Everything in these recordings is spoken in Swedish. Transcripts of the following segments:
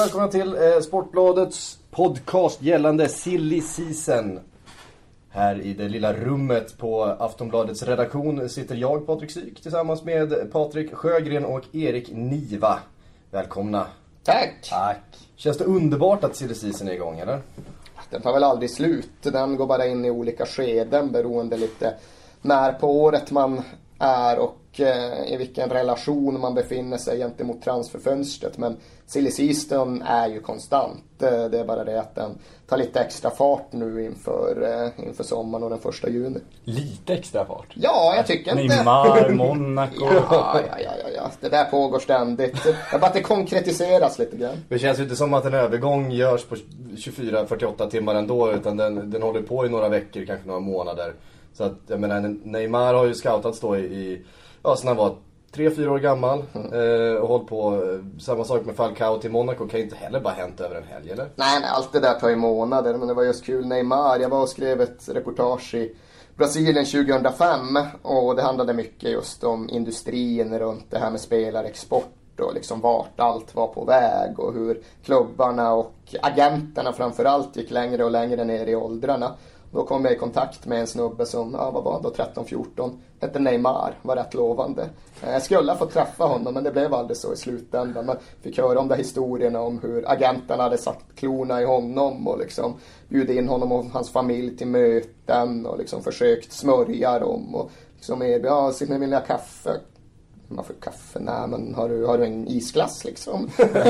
välkomna till Sportbladets podcast gällande silly season. Här i det lilla rummet på Aftonbladets redaktion sitter jag, Patrik Syk, tillsammans med Patrik Sjögren och Erik Niva. Välkomna. Tack. Känns det underbart att silly season är igång, eller? Den tar väl aldrig slut. Den går bara in i olika skeden beroende lite när på året man är och i vilken relation man befinner sig gentemot transferfönstret. Men silly season är ju konstant. Det är bara det att den tar lite extra fart nu inför sommaren och den 1 juni. Lite extra fart? Ja, jag tycker inte. Neymar, Monaco. Ja. Det där pågår ständigt. Det bara att det konkretiseras lite grann. Det känns ju inte som att en övergång görs på 24-48 timmar ändå, utan den håller på i några veckor, kanske några månader. Så att, jag menar, Neymar har ju scoutats då sen han var 3-4 år gammal och hållit på. Samma sak med Falcao till Monaco, kan inte heller bara hänt över en helg, eller? Nej, allt det där tar ju månader, men det var just kul. Neymar, jag var och skrev ett reportage i Brasilien 2005 och det handlade mycket just om industrin runt det här med spelarexport och liksom vart allt var på väg och hur klubbarna och agenterna framförallt gick längre och längre ner i åldrarna. Då kom jag i kontakt med en snubbe som, vad var han då, 13-14, hette Neymar, var rätt lovande. Jag skulle ha fått träffa honom, men det blev aldrig så i slutändan. Man fick höra om de historierna om hur agenterna hade satt klorna i honom och liksom bjudit in honom och hans familj till möten och liksom försökt smörja dem och liksom erbjuda, sitter ni vill ha kaffe? Man får kaffe, nej, men har du en isglass liksom?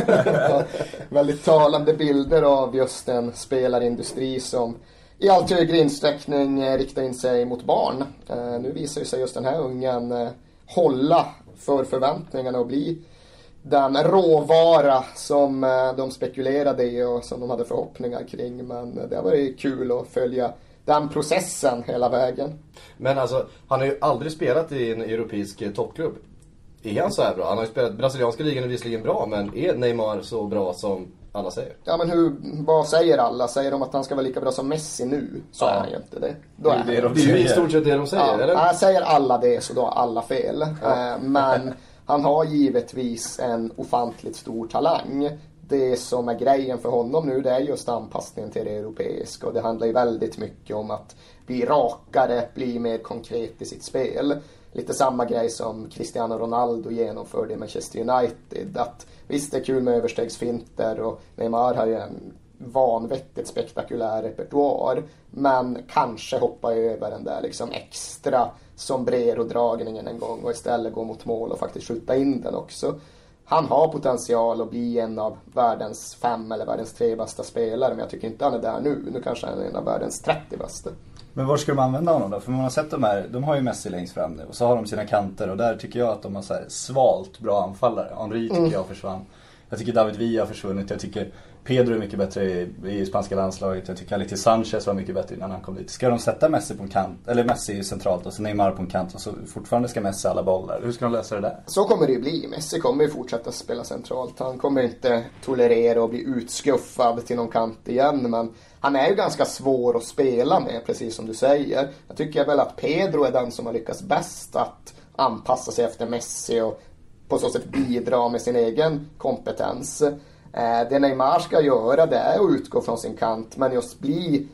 Väldigt talande bilder av just en spelarindustri som i allt högre insträckning riktar in sig mot barn. Nu visar ju sig just den här ungen hålla för förväntningarna och bli den råvara som de spekulerade i och som de hade förhoppningar kring. Men det har varit kul att följa den processen hela vägen. Men alltså, han har ju aldrig spelat i en europeisk toppklubb. Är han så här bra? Han har ju spelat, brasilianska ligan är visserligen bra, men är Neymar så bra som alla säger? Ja, men vad säger alla? Säger de att han ska vara lika bra som Messi nu? Så är han ju inte det. Då är det är ju i stort sett det de säger, eller? Ja, säger alla det så då har alla fel. Men han har givetvis en ofantligt stor talang. Det som är grejen för honom nu, det är just anpassningen till det europeiska. Och det handlar ju väldigt mycket om att bli rakare, bli mer konkret i sitt spel. Lite samma grej som Cristiano Ronaldo genomförde i Manchester United. Att visst, det är kul med överstegsfinter och Neymar har ju en vanvettigt spektakulär repertoar. Men kanske hoppa över den där liksom extra sombrero-dragningen en gång och istället gå mot mål och faktiskt skjuta in den också. Han har potential att bli en av världens 5 eller världens 3 bästa spelare, men jag tycker inte han är där nu. Nu kanske han är en av världens 30 bästa. Men var ska de använda honom då? För man har sett de har ju Messi längst fram nu och så har de sina kanter och där tycker jag att de har så här svalt bra anfallare. Henry tycker jag försvann. Jag tycker David Villa har försvunnit. Jag tycker Pedro är mycket bättre i spanska landslaget. Jag tycker Alexis Sanchez var mycket bättre innan han kom dit. Ska de sätta Messi på en kant, eller Messi centralt och så Neymar på en kant och så fortfarande ska Messi alla bollar? Hur ska de lösa det där? Så kommer det ju bli. Messi kommer ju fortsätta spela centralt. Han kommer inte tolerera och bli utskuffad till någon kant igen, men han är ju ganska svår att spela med, precis som du säger. Jag tycker väl att Pedro är den som har lyckats bäst att anpassa sig efter Messi och på så sätt bidra med sin egen kompetens. Det Neymar ska göra, det är att utgå från sin kant, men just bli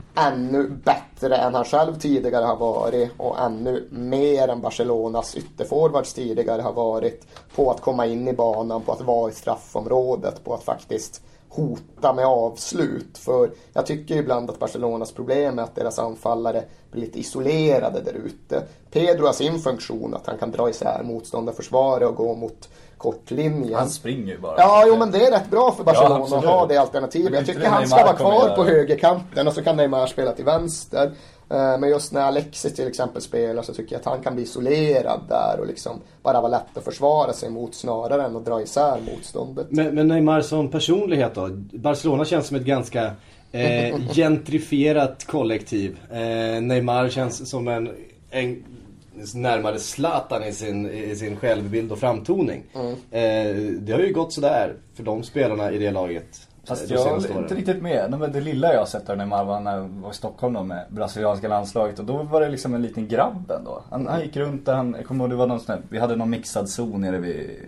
ännu bättre än han själv tidigare har varit och ännu mer än Barcelonas ytterforwards tidigare har varit på att komma in i banan, på att vara i straffområdet, på att faktiskt hota med avslut. För jag tycker ibland att Barcelonas problem är att deras anfallare blir lite isolerade där ute. Pedro har sin funktion att han kan dra isär motståndarförsvaret och gå mot kortlinjen. Han springer ju bara. Ja, jo, men det är rätt bra för Barcelona att ha det alternativet. Jag tycker han ska vara kvar på högerkanten och så kan Neymar spela till vänster. Men just när Alexis till exempel spelar så tycker jag att han kan bli isolerad där och liksom bara vara lätt att försvara sig mot snarare än att dra isär motståndet. Men Neymar som personlighet då? Barcelona känns som ett ganska gentrifierat kollektiv. Neymar känns som en närmare Zlatan i sin självbild och framtoning. Det har ju gått sådär för de spelarna i det laget. Fast jag är inte riktigt med. Men det lilla jag har sett av Neymar var när jag var i Stockholm då med brasilianska landslaget. Och då var det liksom en liten grabb ändå. Han gick runt där, jag kommer ihåg det var någon sån här, vi hade någon mixad zon nere vid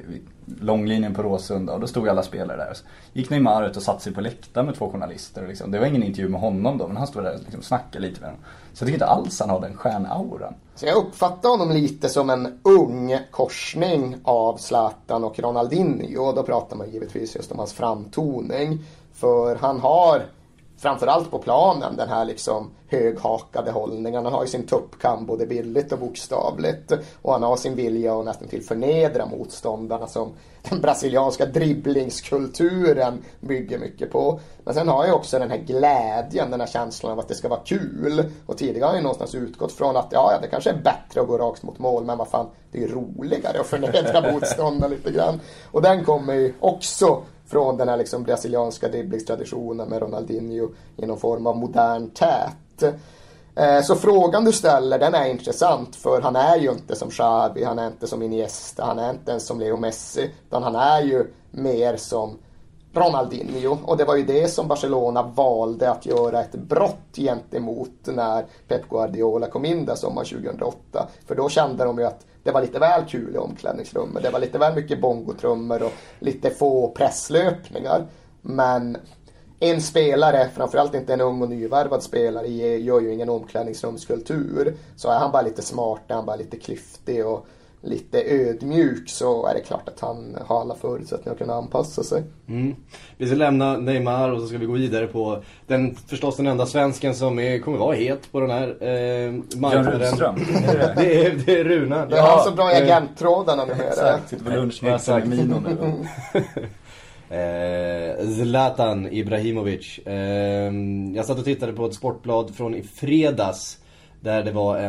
långlinjen på Råsunda och då stod alla spelare där. Så gick Neymar ut och satt sig på läktaren med 2 journalister. Liksom. Det var ingen intervju med honom då, men han stod där och liksom snackade lite med dem. Så jag tycker inte alls han har den stjärnauran. Så jag uppfattar honom lite som en ung korsning av Zlatan och Ronaldinho. Och då pratar man givetvis just om hans framtoning. För han har, framförallt på planen, den här liksom höghakade hållningen. Han har ju sin tuppkam både bildligt och bokstavligt. Och han har sin vilja att nästan till förnedra motståndarna som den brasilianska dribblingskulturen bygger mycket på. Men sen har jag också den här glädjen, den här känslan av att det ska vara kul. Och tidigare har jag någonstans utgått från att det kanske är bättre att gå rakt mot mål, men vad fan, det är roligare att förnedra motståndarna lite grann. Och den kommer ju också från den här liksom brasilianska dribblingstraditionen med Ronaldinho i någon form av modern tät. Så frågan du ställer, den är intressant, för han är ju inte som Xavi, han är inte som Iniesta, han är inte ens som Leo Messi, utan han är ju mer som Ronaldinho. Och det var ju det som Barcelona valde att göra ett brott gentemot när Pep Guardiola kom in där sommar 2008. För då kände de ju att det var lite väl kul i omklädningsrummet. Det var lite väl mycket bongotrummor och lite få presslöpningar. Men en spelare, framförallt inte en ung och nyvärvad spelare, gör ju ingen omklädningsrumskultur. Så är han bara lite smart, är han bara lite klyftig och lite ödmjuk, så är det klart att han har alla förutsättningar att kunna anpassa sig. Vi ska lämna Neymar och så ska vi gå vidare på förstås den enda svensken som kommer vara het på den här marknaden. Det är Runa. Jag har så bra i agenttrådarna nu. Exakt, sitter på lunchmöten i Mino nu. Zlatan Ibrahimovic. Jag satt och tittade på ett sportblad från i fredags där det var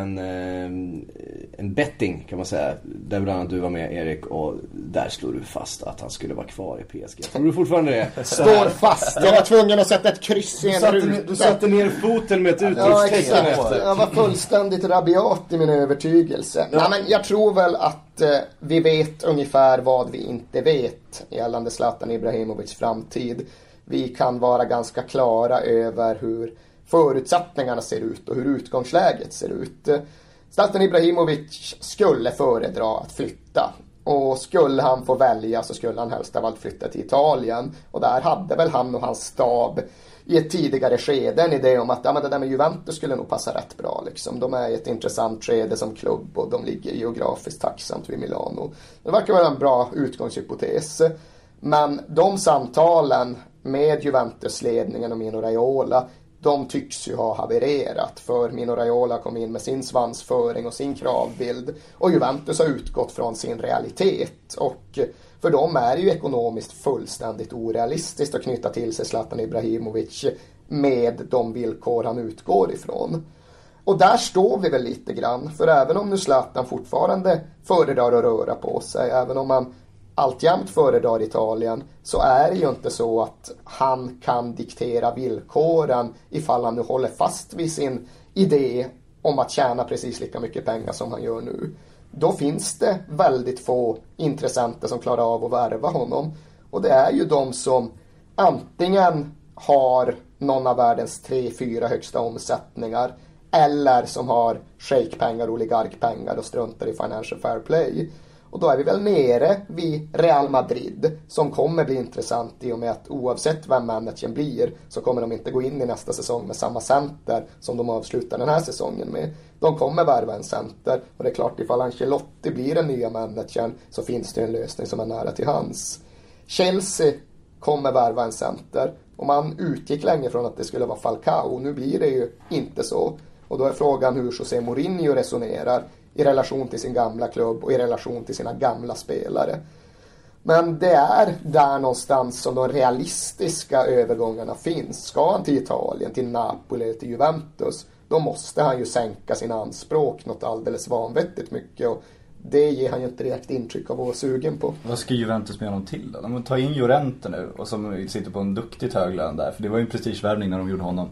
en betting, kan man säga, där bland annat du var med, Erik, och där slår du fast att han skulle vara kvar i PSG. Tror du fortfarande det? Står fast. Jag var tvungen att sätta ett kryss i en ruta. Du satte ner foten med ett utropstecken efter. Jag var fullständigt rabiat i min övertygelse. Ja. Nej, men jag tror väl att vi vet ungefär vad vi inte vet gällande Zlatan Ibrahimovics framtid. Vi kan vara ganska klara över hur förutsättningarna ser ut och hur utgångsläget ser ut. Zlatan Ibrahimovic skulle föredra att flytta. Och skulle han få välja så skulle han helst av allt flytta till Italien. Och där hade väl han och hans stab i ett tidigare skede en idé om att det där med Juventus skulle nog passa rätt bra. Liksom. De är i ett intressant skede som klubb och de ligger geografiskt tacksamt vid Milano. Det verkar vara en bra utgångshypotes. Men de samtalen med Juventus-ledningen och Mino Raiola, de tycks ju ha havererat, för Mino Raiola kom in med sin svansföring och sin kravbild och Juventus har utgått från sin realitet, och för dem är det ju ekonomiskt fullständigt orealistiskt att knyta till sig Zlatan Ibrahimovic med de villkor han utgår ifrån. Och där står vi väl lite grann, för även om nu Zlatan fortfarande föredrar att röra på sig, även om han alltjämt föredrar Italien, så är det ju inte så att han kan diktera villkoren ifall han nu håller fast vid sin idé om att tjäna precis lika mycket pengar som han gör nu. Då finns det väldigt få intressenter som klarar av att värva honom. Och det är ju de som antingen har någon av världens 3-4 högsta omsättningar, eller som har shejkpengar, oligarkpengar och struntar i financial fair play. Och då är vi väl nere vid Real Madrid, som kommer bli intressant i och med att oavsett vem managern blir så kommer de inte gå in i nästa säsong med samma center som de avslutar den här säsongen med. De kommer värva en center, och det är klart, ifall Ancelotti blir den nya managern så finns det en lösning som är nära till hands. Chelsea kommer värva en center, och man utgick länge från att det skulle vara Falcao. Nu blir det ju inte så, och då är frågan hur José Mourinho resonerar i relation till sin gamla klubb och i relation till sina gamla spelare. Men det är där någonstans som de realistiska övergångarna finns. Ska han till Italien, till Napoli eller till Juventus, då måste han ju sänka sina anspråk något alldeles vanvettigt mycket, och det ger han ju inte direkt intryck av att vara sugen på. Vad ska Juventus med honom till då? De tar in Llorente nu, och som sitter på en duktigt hög lön där, för det var ju en prestigevärvning när de gjorde honom.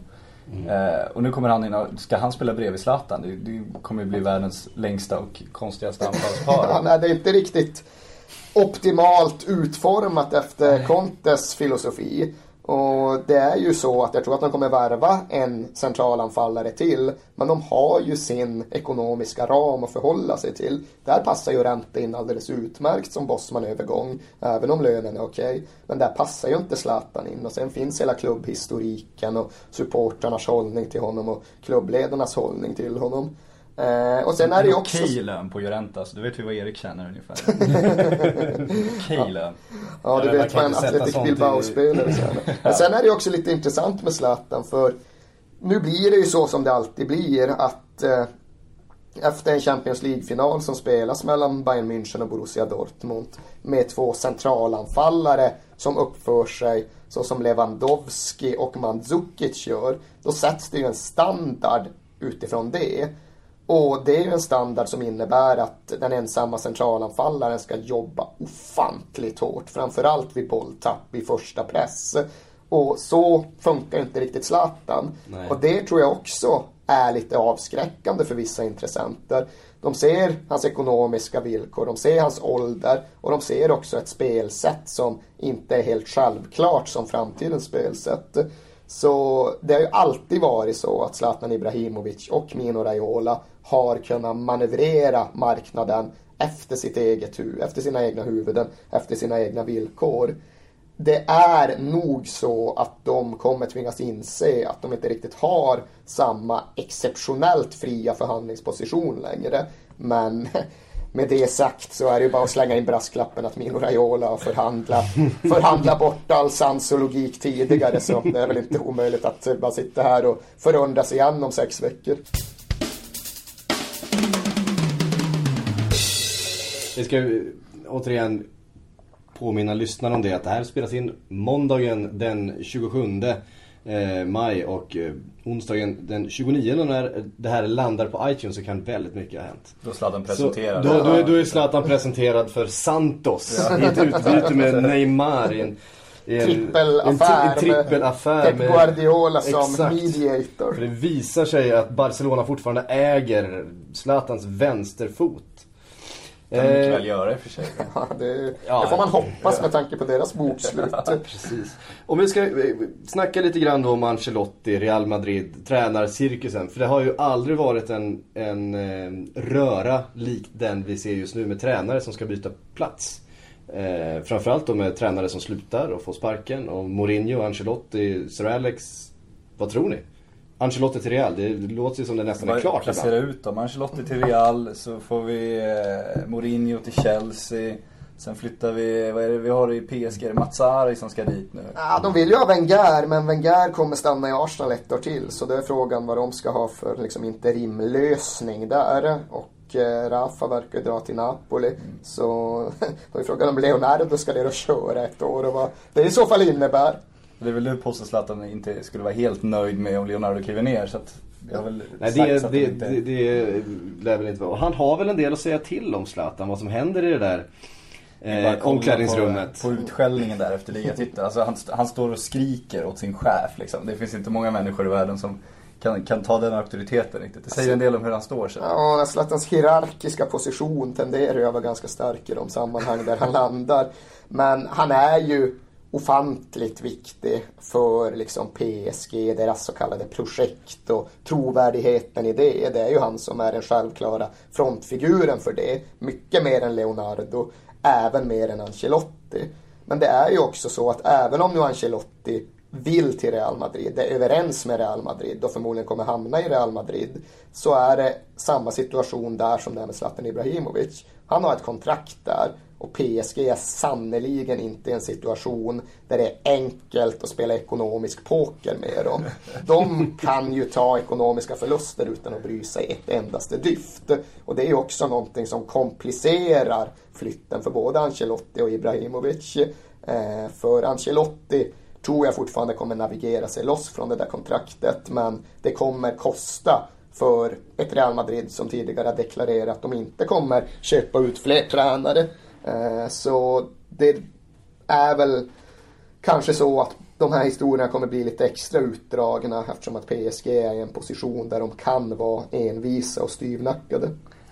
Och nu kommer han in och ska han spela bredvid Zlatan? Det kommer ju bli världens längsta och konstigaste anfallspar. Ja, nej, det är inte riktigt optimalt utformat efter Contes filosofi. Och det är ju så att jag tror att de kommer värva en centralanfallare till. Men de har ju sin ekonomiska ram att förhålla sig till. Där passar ju Rente in alldeles utmärkt som Bosman-övergång. Även om lönen är okej. Men där passar ju inte Zlatan in. Och sen finns hela klubbhistoriken och supportarnas hållning till honom och klubbledarnas hållning till honom. Och sen är det ju också... Okej lön på Juventus, du vet ju vad Erik känner ungefär. Okej lön. Ja, du vet vad en Athletic Bilbao-spelare känner. Men sen är det ju också lite intressant med Zlatan, för nu blir det ju så som det alltid blir, att efter en Champions League-final som spelas mellan Bayern München och Borussia Dortmund med 2 centralanfallare som uppför sig så som Lewandowski och Mandzukic gör, då sätts det ju en standard utifrån det. Och det är ju en standard som innebär att den ensamma centralanfallaren ska jobba ofantligt hårt. Framförallt vid bolltapp i första press. Och så funkar inte riktigt Zlatan. Nej. Och det tror jag också är lite avskräckande för vissa intressenter. De ser hans ekonomiska villkor, de ser hans ålder och de ser också ett spelsätt som inte är helt självklart som framtidens spelsätt. Så det har ju alltid varit så att Zlatan Ibrahimovic och Mino Raiola har kunnat manövrera marknaden efter sitt eget efter sina egna huvuden, efter sina egna villkor. Det är nog så att de kommer tvingas inse att de inte riktigt har samma exceptionellt fria förhandlingsposition längre. Men med det sagt så är det ju bara att slänga in brasklappen att Mino Raiola har förhandla bort all sans och logik tidigare, så det är väl inte omöjligt att bara sitta här och förundras igen om 6 veckor. Vi ska återigen påminna lyssnarna om det, att det här spelas in måndagen den 27 maj och onsdagen den 29. När det här landar på iTunes så kan väldigt mycket ha hänt. Då är Zlatan presenterad. Då är Zlatan presenterad för Santos i ett utbyte med Neymar i en trippelaffär med Guardiola som exakt, mediator. för det visar sig att Barcelona fortfarande äger Zlatans vänsterfot. Kan man mycket väl göra i och för sig. Det får man hoppas med tanke på deras bokslut. Precis. Om vi ska snacka lite grann då om Ancelotti, Real Madrid, tränarcirkusen. För det har ju aldrig varit en röra likt den vi ser just nu med tränare som ska byta plats. Framförallt då med tränare som slutar och får sparken. Och Mourinho, Ancelotti, Sir Alex, vad tror ni? Ancelotti till Real, det låter ju som det nästan är klart. Placera ut dem. Ancelotti till Real, så får vi Mourinho till Chelsea. Sen flyttar vi, vad är det vi har i PSG? Mazzari som ska dit nu. Ja, de vill ju ha Wenger, men Wenger kommer stanna i Arsenal 1 år till. Så det är frågan vad de ska ha för liksom interimlösning där. Och Rafa verkar dra till Napoli. Så då är frågan om Leonardo ska ner och köra 1 år och vad det i så fall innebär. Det är väl nu påstås att Zlatan inte skulle vara helt nöjd med om Leonardo kliver ner, så att jag har väl det lär väl inte vara. Och han har väl en del att säga till om Zlatan, vad som händer i det där omklädningsrummet. På utskällningen där efter ligatiteln. Alltså han står och skriker åt sin chef liksom. Det finns inte många människor i världen som kan ta den auktoriteten riktigt. Det säger en del om hur han står sig. Ja, Zlatans hierarkiska position tenderar ju att vara ganska stark i de sammanhang där han landar. Men han är ju ofantligt viktig för liksom PSG, deras så kallade projekt och trovärdigheten i det. Det är ju han som är den självklara frontfiguren för det. Mycket mer än Leonardo, även mer än Ancelotti. Men det är ju också så att även om nu Ancelotti vill till Real Madrid, är överens med Real Madrid och förmodligen kommer hamna i Real Madrid, så är det samma situation där som det med Zlatan Ibrahimovic. Han har ett kontrakt där. Och PSG är sannoliken inte i en situation där det är enkelt att spela ekonomisk poker med dem. De kan ju ta ekonomiska förluster utan att bry sig ett endaste dyft. Och det är ju också någonting som komplicerar flytten för både Ancelotti och Ibrahimovic. För Ancelotti tror jag fortfarande kommer navigera sig loss från det där kontraktet. Men det kommer kosta för ett Real Madrid som tidigare har deklarerat att de inte kommer köpa ut fler tränare. Så det är väl kanske så att de här historierna kommer bli lite extra utdragna eftersom att PSG är i en position där de kan vara envisa och styvnackade.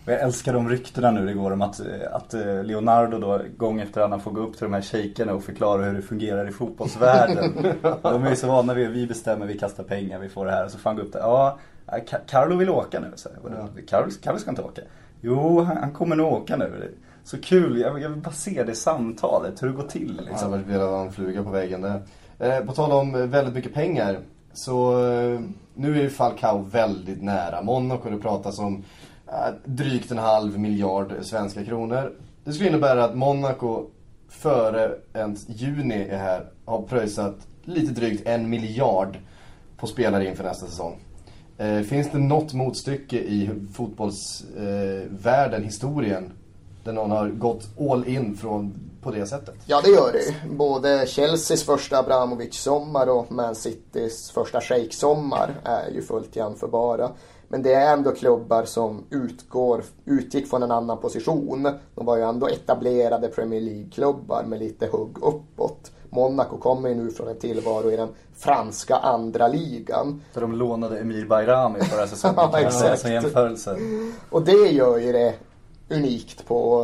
Och jag älskar de ryktena nu det går om att Leonardo då gång efter annan får gå upp till de här shejkerna och förklara hur det fungerar i fotbollsvärlden. De är ju så vana vid, vi bestämmer, vi kastar pengar, vi får det här. Och så får han gå upp där. Ja, Carlo vill åka nu. Så. Carlo ska inte åka. Jo, han kommer nog åka nu. Så kul, jag vill bara se det samtalet, hur det går till. Liksom. Ja, det var en fluga på väggen där. På tal om väldigt mycket pengar. Så nu är ju Falcao väldigt nära Monaco. Det pratas om drygt 1,5 miljard svenska kronor. Det skulle innebära att Monaco före ens juni är här har pröjsat lite drygt 1 miljard på spelare inför nästa säsong. Finns det något motstycke i fotbollsvärlden, historien, där någon har gått all in på det sättet? Ja, det gör det. Både Chelseas första Abramovich-sommar och Man Citys första Sheikh-sommar är ju fullt jämförbara. Men det är ändå klubbar som utgick från en annan position. De var ju ändå etablerade Premier League-klubbar med lite hugg uppåt. Monaco kommer ju nu från en tillvaro i den franska andra ligan. Så de lånade Emir Bayrami förra säsongen. Ja, exakt. Som jämförelse. Och det gör ju det unikt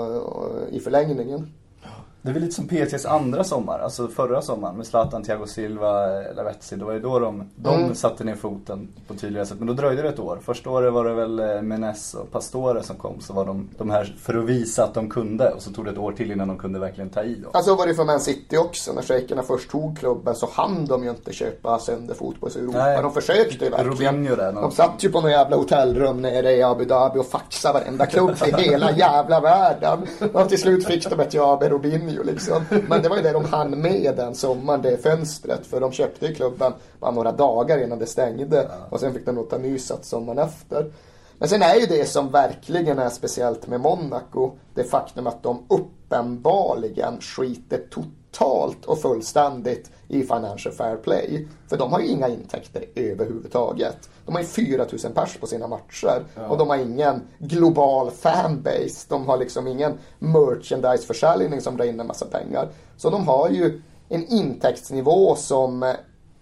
i förlängningen. Det är väl lite som PSGs andra sommar, alltså förra sommaren med Zlatan, Thiago Silva, Lavezzi. Det var ju då de satte ner foten på tydliga sätt. Men då dröjde det ett år. Första året var det väl Menes och Pastore som kom. Så var de här för att visa att de kunde. Och så tog det ett år till innan de kunde verkligen ta i. Då. Alltså var det för Man City också. När shejkerna först tog klubben så hann de ju inte köpa sönder fotbolls Europa. Nej, de försökte ju verkligen. De satt ju på några jävla hotellrum nere i Abu Dhabi och faxade varenda klubb i hela jävla världen. Och till slut fick de ett Jabe Robinho liksom. Men det var ju det de hann med den sommaren, det fönstret. För de köpte ju klubben bara några dagar innan det stängde. Och sen fick de nog ta nysat sommaren efter. Men sen är ju det som verkligen är speciellt med Monaco det faktum att de uppenbarligen skiter totalt och fullständigt i Financial Fair Play. För de har ju inga intäkter överhuvudtaget. De har ju 4 000 pers på sina matcher. Ja. Och de har ingen global fanbase. De har liksom ingen merchandise-försäljning som drar in en massa pengar. Så de har ju en intäktsnivå som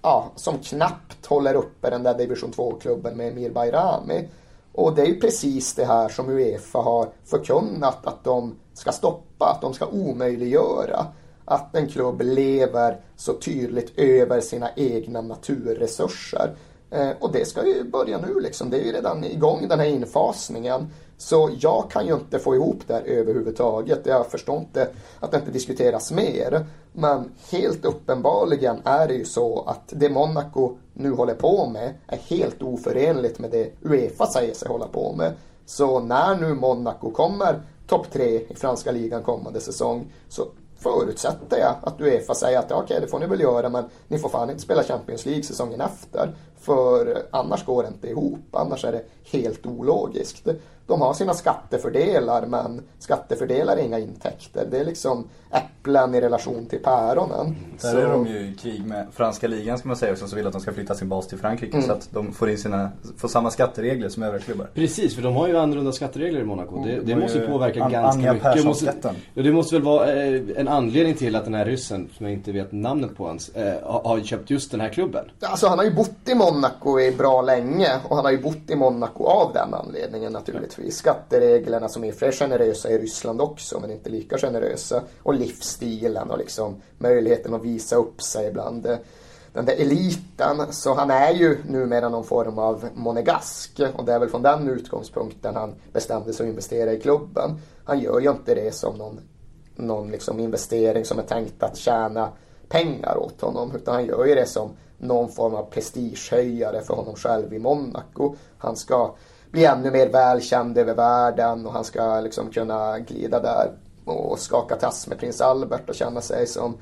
knappt håller uppe den där division 2-klubben med Emir Bayrami. Och det är ju precis det här som UEFA har förkunnat att de ska stoppa, att de ska omöjliggöra. Att en klubb lever så tydligt över sina egna naturresurser. Och det ska ju börja nu liksom. Det är ju redan igång den här infasningen. Så jag kan ju inte få ihop det här överhuvudtaget. Jag förstår inte att det inte diskuteras mer. Men helt uppenbarligen är det ju så att det Monaco nu håller på med är helt oförenligt med det UEFA säger sig hålla på med. Så när nu Monaco kommer topp 3 i franska ligan kommande säsong så förutsätter jag att UEFA säger att okej, det får ni väl göra, men ni får fan inte spela Champions League säsongen efter. För annars går det inte ihop. Annars är det helt ologiskt. De har sina skattefördelar, men skattefördelar är inga intäkter. Det är liksom äpplen i relation till päronen. Där är de ju i krig med franska ligan ska man säga också, så vill att de ska flytta sin bas till Frankrike så att de får samma skatteregler som övriga klubbar. Precis, för de har ju annorlunda skatteregler i Monaco. Det måste ju påverka ganska mycket. Det måste väl vara en anledning till att den här ryssen, som jag inte vet namnet på ens, har köpt just den här klubben. Alltså han har ju bott i Monaco i bra länge och han har ju bott i Monaco av den anledningen naturligtvis. Skattereglerna som är för generösa i Ryssland också, men inte lika generösa, och livsstilen och liksom möjligheten att visa upp sig bland den där eliten. Så han är ju numera någon form av monegask, och det är väl från den utgångspunkten han bestämde sig att investera i klubben. Han gör ju inte det som någon liksom investering som är tänkt att tjäna pengar åt honom, utan han gör ju det som någon form av prestigehöjare för honom själv i Monaco. Han ska bli ännu mer välkänd över världen och han ska liksom kunna glida där och skaka tass med prins Albert och känna sig som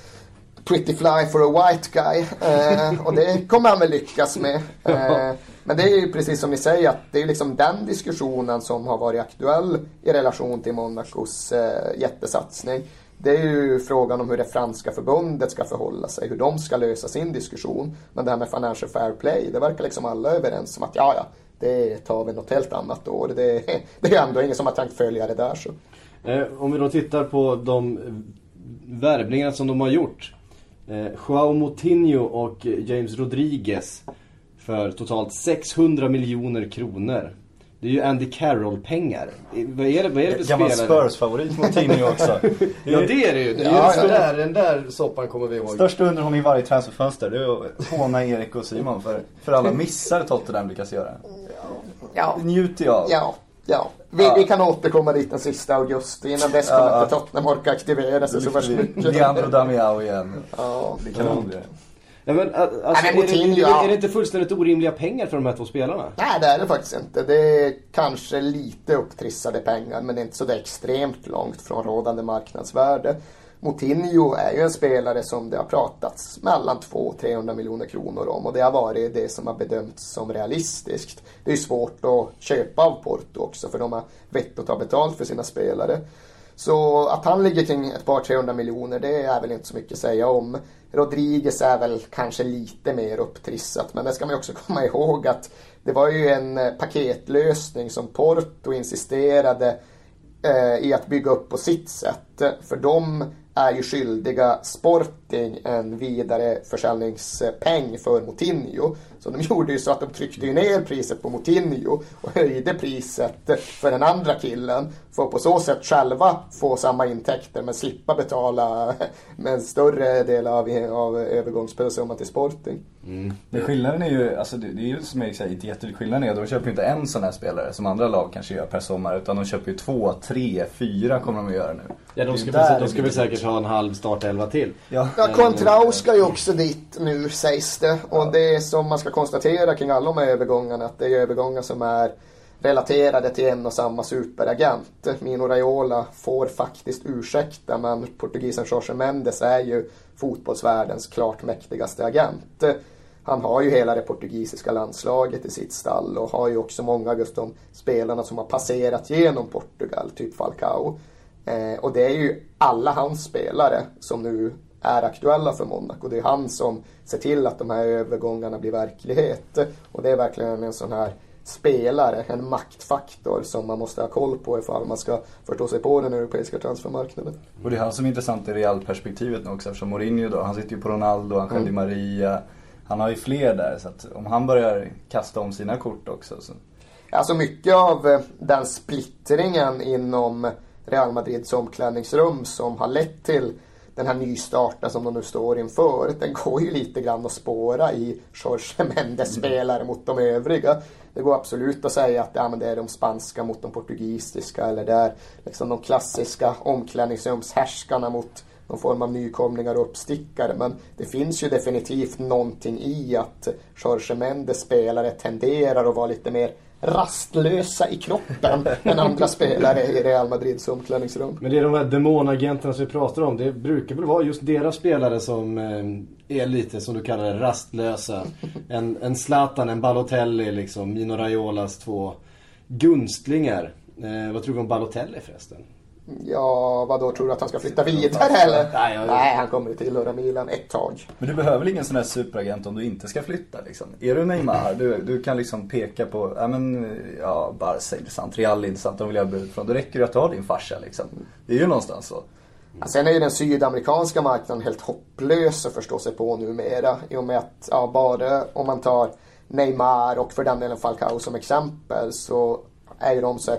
pretty fly for a white guy. Och det kommer han väl lyckas med. Men det är ju precis som ni säger, att det är liksom den diskussionen som har varit aktuell i relation till Monacos jättesatsning. Det är ju frågan om hur det franska förbundet ska förhålla sig, hur de ska lösa sin diskussion. Men det här med Financial Fair Play, det verkar liksom alla överens om att ja, det tar vi något helt annat år. Det är ändå ingen som har tänkt följa det där. Så. Om vi då tittar på de värvningar som de har gjort. Joao Moutinho och James Rodriguez för totalt 600 miljoner kronor. Det är ju Andy Carroll-pengar. Vad är det för gammal spelare? Spurs-favorit mot Tinio också. Ja, det är det ju. Den där soppan kommer vi ihåg. Största underhållning i varje transferfönster. Det är att håna Erik och Simon för alla missar Tottenham lyckas göra. Ja. Njuter jag. Ja. Vi kan återkomma dit den sista augusti. Innan dess kommer inte Tottenham orka aktivera sig så värst mycket. Leandro Damiao igen. Ja. Det kan man bli. Ja, men, alltså, är det inte fullständigt orimliga pengar för de här två spelarna? Nej, det är det faktiskt inte. Det är kanske lite upptrissade pengar, men det är inte så där extremt långt från rådande marknadsvärde. Moutinho är ju en spelare som det har pratats mellan 200-300 miljoner kronor om, och det har varit det som har bedömts som realistiskt. Det är svårt att köpa av Porto också, för de har vett att ta betalt för sina spelare. Så att han ligger kring ett par 300 miljoner, det är väl inte så mycket att säga om. Rodriguez är väl kanske lite mer upptrissat, men det ska man ju också komma ihåg att det var ju en paketlösning som Porto insisterade i att bygga upp på sitt sätt. För de är ju skyldiga Sporting en vidare försäljningspeng för Moutinho. Så de gjorde ju så att de tryckte ju ner priset på Moutinho och höjde priset för den andra killen. För på så sätt själva få samma intäkter men slippa betala med en större del av övergångssumman till Sporting. Men skillnaden är ju, alltså det är ju som jag säger, inte jätteskillnaden är, de köper ju inte en sån här spelare som andra lag kanske gör per sommar, utan de köper ju 2, 3, 4 kommer de att göra nu. Ja, de ska väl säkert ha en halv startelva till. Ja, Contrao ska ju också dit nu, sägs det. Och det som man ska konstatera kring alla de här övergångarna, att det är övergångar som är relaterade till en och samma superagent. Mino Raiola får faktiskt ursäkta, men portugisen Jorge Mendes är ju fotbollsvärldens klart mäktigaste agent. Han har ju hela det portugisiska landslaget i sitt stall och har ju också många av just de spelarna som har passerat genom Portugal, typ Falcao. Och det är ju alla hans spelare som nu är aktuella för Monaco. Det är han som ser till att de här övergångarna blir verklighet. Och det är verkligen en sån här spelare, en maktfaktor som man måste ha koll på ifall man ska förstå sig på den europeiska transfermarknaden. Och det är han som är intressant i realperspektivet nu också, eftersom Mourinho då, han sitter ju på Ronaldo, Angel Di Maria, han har ju fler där, så att om han börjar kasta om sina kort också så... Alltså mycket av den splittringen inom Real Madrids omklädningsrum som har lett till den här nystarten som de nu står inför, den går ju lite grann att spåra i Jorge Mendes spelare mot de övriga. Det går absolut att säga att ja, men det är de spanska mot de portugisiska, eller det är liksom de klassiska omklädningsrumshärskarna mot någon form av nykomlingar och uppstickare. Men det finns ju definitivt någonting i att Jorge Mendes spelare tenderar att vara lite mer rastlösa i kroppen än andra spelare i Real Madrids omklädningsrum. Men det är de här demonagenterna som vi pratar om. Det brukar väl vara just deras spelare som är lite, som du kallar det, rastlösa. En Zlatan, en Balotelli, liksom, Mino Raiolas 2 gunstlingar. Vad tror du om Balotelli förresten? Ja, vad då, tror du att han ska flytta vidare eller? Nej, han kommer till tillhöra Milan ett tag. Men du behöver väl ingen sån här superagent om du inte ska flytta liksom. Är du Neymar, du kan liksom peka på Barca är intressant, Real är intressant, de vill jag bud från. Då räcker det att ha din farsa liksom. Det är ju någonstans så. Ja, sen är ju den sydamerikanska marknaden helt hopplös att förstå sig på numera. I och med att bara om man tar Neymar och för den delen Falcao som exempel, så är ju de så här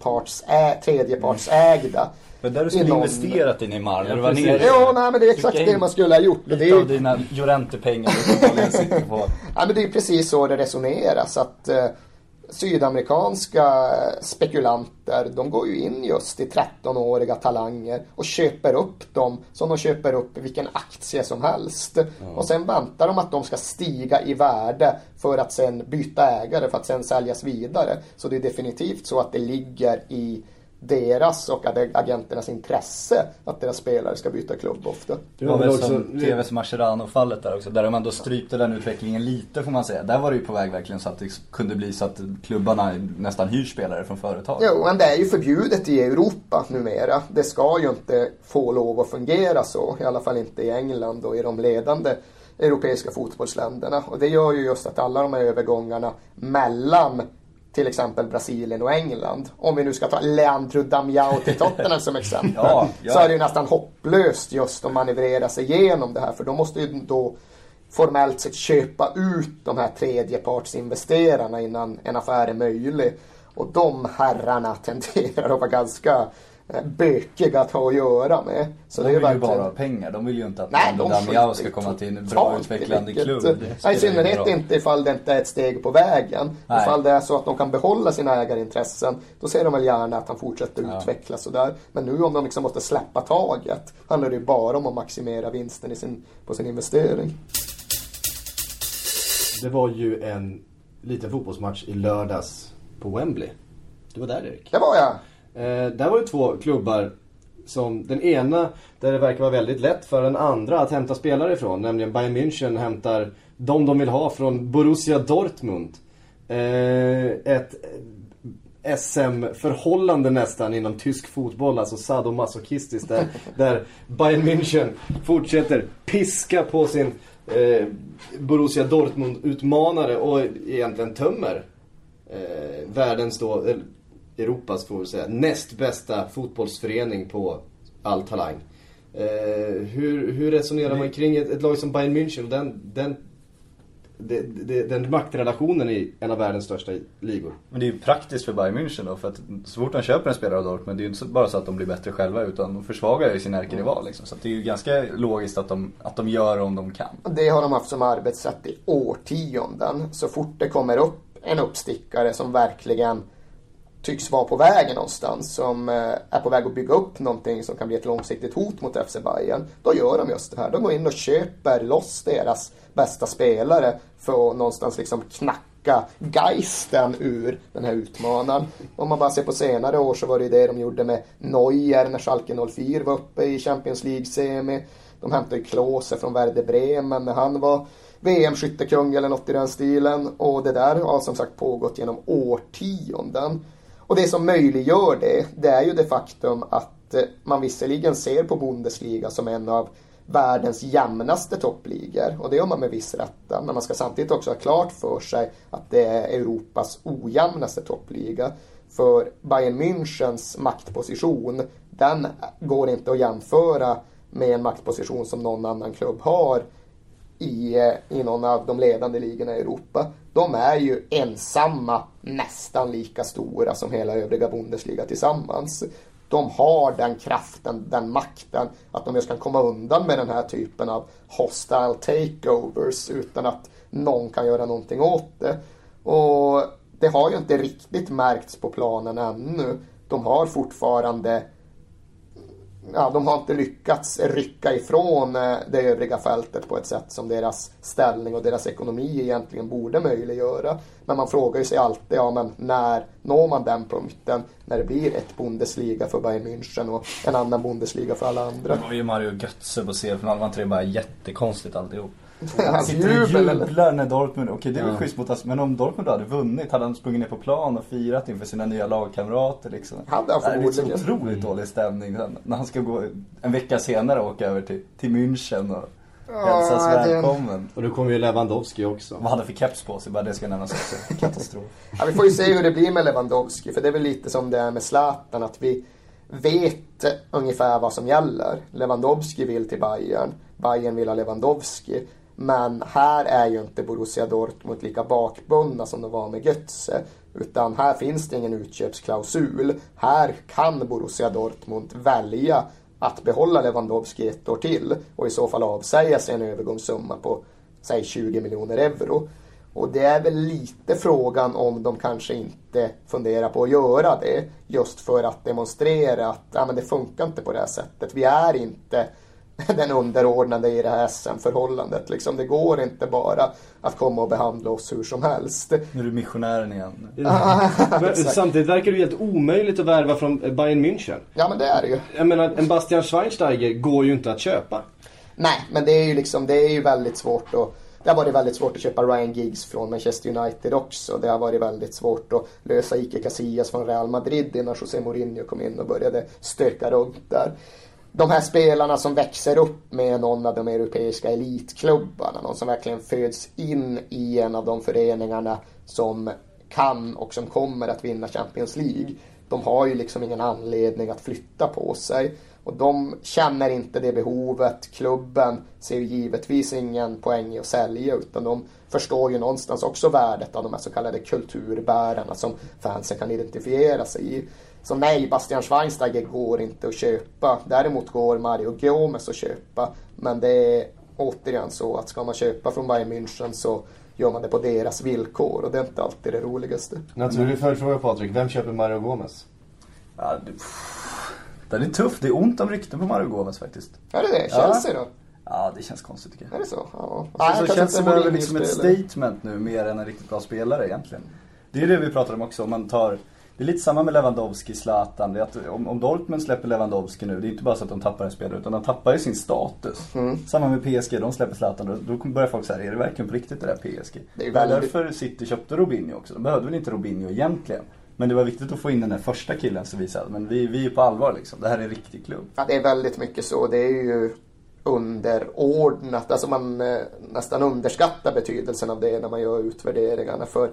tredjepartsägda. Men där du skulle investerat i Neymar när du var nere. Ja, nej, men det är exakt det man skulle ha gjort. Det är dina Llorente-pengar du på. Ja, men det är precis så det resoneras, att sydamerikanska spekulanter, de går ju in just i 13-åriga talanger och köper upp dem som de köper upp vilken aktie som helst. Och sen väntar de att de ska stiga i värde för att sen byta ägare, för att sen säljas vidare. Så det är definitivt så att det ligger i deras och agenternas intresse att deras spelare ska byta klubb ofta. Det var väl också TV:s Mascherano-fallet där också, där de ändå strypte den utvecklingen lite, får man säga. Där var det ju på väg verkligen så att det kunde bli så att klubbarna nästan hyr spelare från företag. Jo, men det är ju förbjudet i Europa numera. Det ska ju inte få lov att fungera så, i alla fall inte i England och i de ledande europeiska fotbollsländerna. Och det gör ju just att alla de här övergångarna mellan till exempel Brasilien och England, om vi nu ska ta Leandro Damiao till Tottenham som exempel, så är det ju nästan hopplöst just att manövrera sig igenom det här, för de måste ju då formellt sett köpa ut de här tredjepartsinvesterarna innan en affär är möjlig. Och de herrarna tenderar att vara ganska bökiga att ha att göra med. Så de det är vill verkligen... ju bara ha pengar. De vill ju inte att de ska komma till en bra utvecklande klubb. I synnerhet inte ifall det inte är ett steg på vägen. Nej. Ifall det är så att de kan behålla sina ägarintressen, då ser de väl gärna att han fortsätter utvecklas och där. Men nu om de liksom måste släppa taget, handlar det ju bara om att maximera vinsten på sin investering. Det var ju en liten fotbollsmatch i lördags på Wembley. Du var där, Erik? Det var jag. Där var det 2 klubbar som den ena där det verkar vara väldigt lätt för den andra att hämta spelare ifrån, nämligen Bayern München hämtar de vill ha från Borussia Dortmund. Ett SM-förhållande nästan inom tysk fotboll, alltså sadomasochistiskt där Bayern München fortsätter piska på sin Borussia Dortmund-utmanare och egentligen tömmer världens då, Europas får vi säga, näst bästa fotbollsförening på all talang. Hur resonerar man kring ett lag som Bayern München och den maktrelationen i en av världens största ligor? Men det är ju praktiskt för Bayern München då, för att så fort de köper en spelare av Dortmund, det är ju inte bara så att de blir bättre själva, utan de försvagar ju sin ärkerival liksom. Så att det är ju ganska logiskt att de gör om de kan. Det har de haft som arbetssätt i årtionden. Så fort det kommer upp en uppstickare som verkligen tycks vara på vägen någonstans, som är på väg att bygga upp någonting som kan bli ett långsiktigt hot mot FC Bayern, då gör de just det här. De går in och köper loss deras bästa spelare för att någonstans liksom knacka geisten ur den här utmanaren. Om man bara ser på senare år så var det de gjorde med Neuer när Schalke 04 var uppe i Champions League-semi. De hämtade ju Klose från Werder Bremen när han var VM-skyttekung eller något i den stilen. Och det där har som sagt pågått genom årtionden. Och det som möjliggör det är ju det faktum att man visserligen ser på Bundesliga som en av världens jämnaste toppligor. Och det gör man med viss rätta. Men man ska samtidigt också ha klart för sig att det är Europas ojämnaste toppliga. För Bayern Münchens maktposition, den går inte att jämföra med en maktposition som någon annan klubb har i någon av de ledande ligorna i Europa. De är ju ensamma nästan lika stora som hela övriga Bundesliga tillsammans. De har den kraften, den makten att de just kan komma undan med den här typen av hostile takeovers utan att någon kan göra någonting åt det. Och det har ju inte riktigt märkts på planen ännu. De har fortfarande de har inte lyckats rycka ifrån det övriga fältet på ett sätt som deras ställning och deras ekonomi egentligen borde möjliggöra. Men man frågar ju sig alltid, men när når man den punkten när det blir ett Bundesliga för Bayern München och en annan Bundesliga för alla andra? Det var ju Mario Götze på seriefinalen, var inte det bara jättekonstigt alltihop? Han sitter och jublar när Dortmund, okej det är väl schysst mot oss, men om Dortmund hade vunnit hade han sprungit ner på plan och firat inför sina nya lagkamrater liksom. Hade han förmodligen. Det är så otroligt dålig stämning när han ska gå en vecka senare och åka över till München och hälsas välkommen. Och då kommer ju Lewandowski också. Vad hade för keps på sig, bara det ska nämnas också. Katastrof. Vi får ju se hur det blir med Lewandowski, för det är väl lite som det är med Zlatan, att vi vet ungefär vad som gäller. Lewandowski vill till Bayern, Bayern vill ha Lewandowski. Men här är ju inte Borussia Dortmund lika bakbundna som de var med Götze. Utan här finns det ingen utköpsklausul. Här kan Borussia Dortmund välja att behålla Lewandowski ett år till. Och i så fall avsäga sig en övergångssumma på, säg 20 miljoner euro. Och det är väl lite frågan om de kanske inte funderar på att göra det. Just för att demonstrera att men det funkar inte på det här sättet. Vi är inte den underordnade i det här SM-förhållandet. Liksom, det går inte bara att komma och behandla oss hur som helst. Nu är du missionären igen. Samtidigt verkar det helt omöjligt att värva från Bayern München. Ja, men det är det ju. Jag menar, en Bastian Schweinsteiger går ju inte att köpa. Nej, men det är ju väldigt svårt att... Det har varit väldigt svårt att köpa Ryan Giggs från Manchester United också. Det har varit väldigt svårt att lösa Iker Casillas från Real Madrid innan José Mourinho kom in och började stöka runt där. De här spelarna som växer upp med någon av de europeiska elitklubbarna, någon som verkligen föds in i en av de föreningarna som kan och som kommer att vinna Champions League. de har ju liksom ingen anledning att flytta på sig. Och de känner inte det behovet. Klubben ser ju givetvis ingen poäng i att sälja, utan de förstår ju någonstans också värdet av de här så kallade kulturbärarna som fansen kan identifiera sig i. Så nej, Bastian Schweinsteiger går inte att köpa. Däremot går Mario Gomez att köpa. Men det är återigen så att ska man köpa från Bayern München så gör man det på deras villkor. Och det är inte alltid det roligaste. Naturlig följdfråga, Patrik. Vem köper Mario Gomez? Ja, det är tufft. Det är ont om rykten på Mario Gomez faktiskt. Är det? Chelsea då? Ja, det känns konstigt tycker jag. Är det så? Ja. Så Chelsea behöver liksom ett statement nu mer än en riktigt bra spelare egentligen. Det är det vi pratar om också. Om man tar, det är lite samma med Lewandowski, Zlatan. Det är att om Dortmund släpper Lewandowski nu, det är inte bara så att de tappar en spelare, utan de tappar ju sin status. Samma med PSG, de släpper Zlatan. Då börjar folk säga, är det verkligen på riktigt det där PSG? Det är därför City köpte Robinho också. De behövde väl inte Robinho egentligen. Men det var viktigt att få in den där första killen som visade. Men vi är på allvar liksom. Det här är en riktig klubb. Ja, det är väldigt mycket så. Det är ju underordnat. Alltså man nästan underskattar betydelsen av det när man gör utvärderingarna. För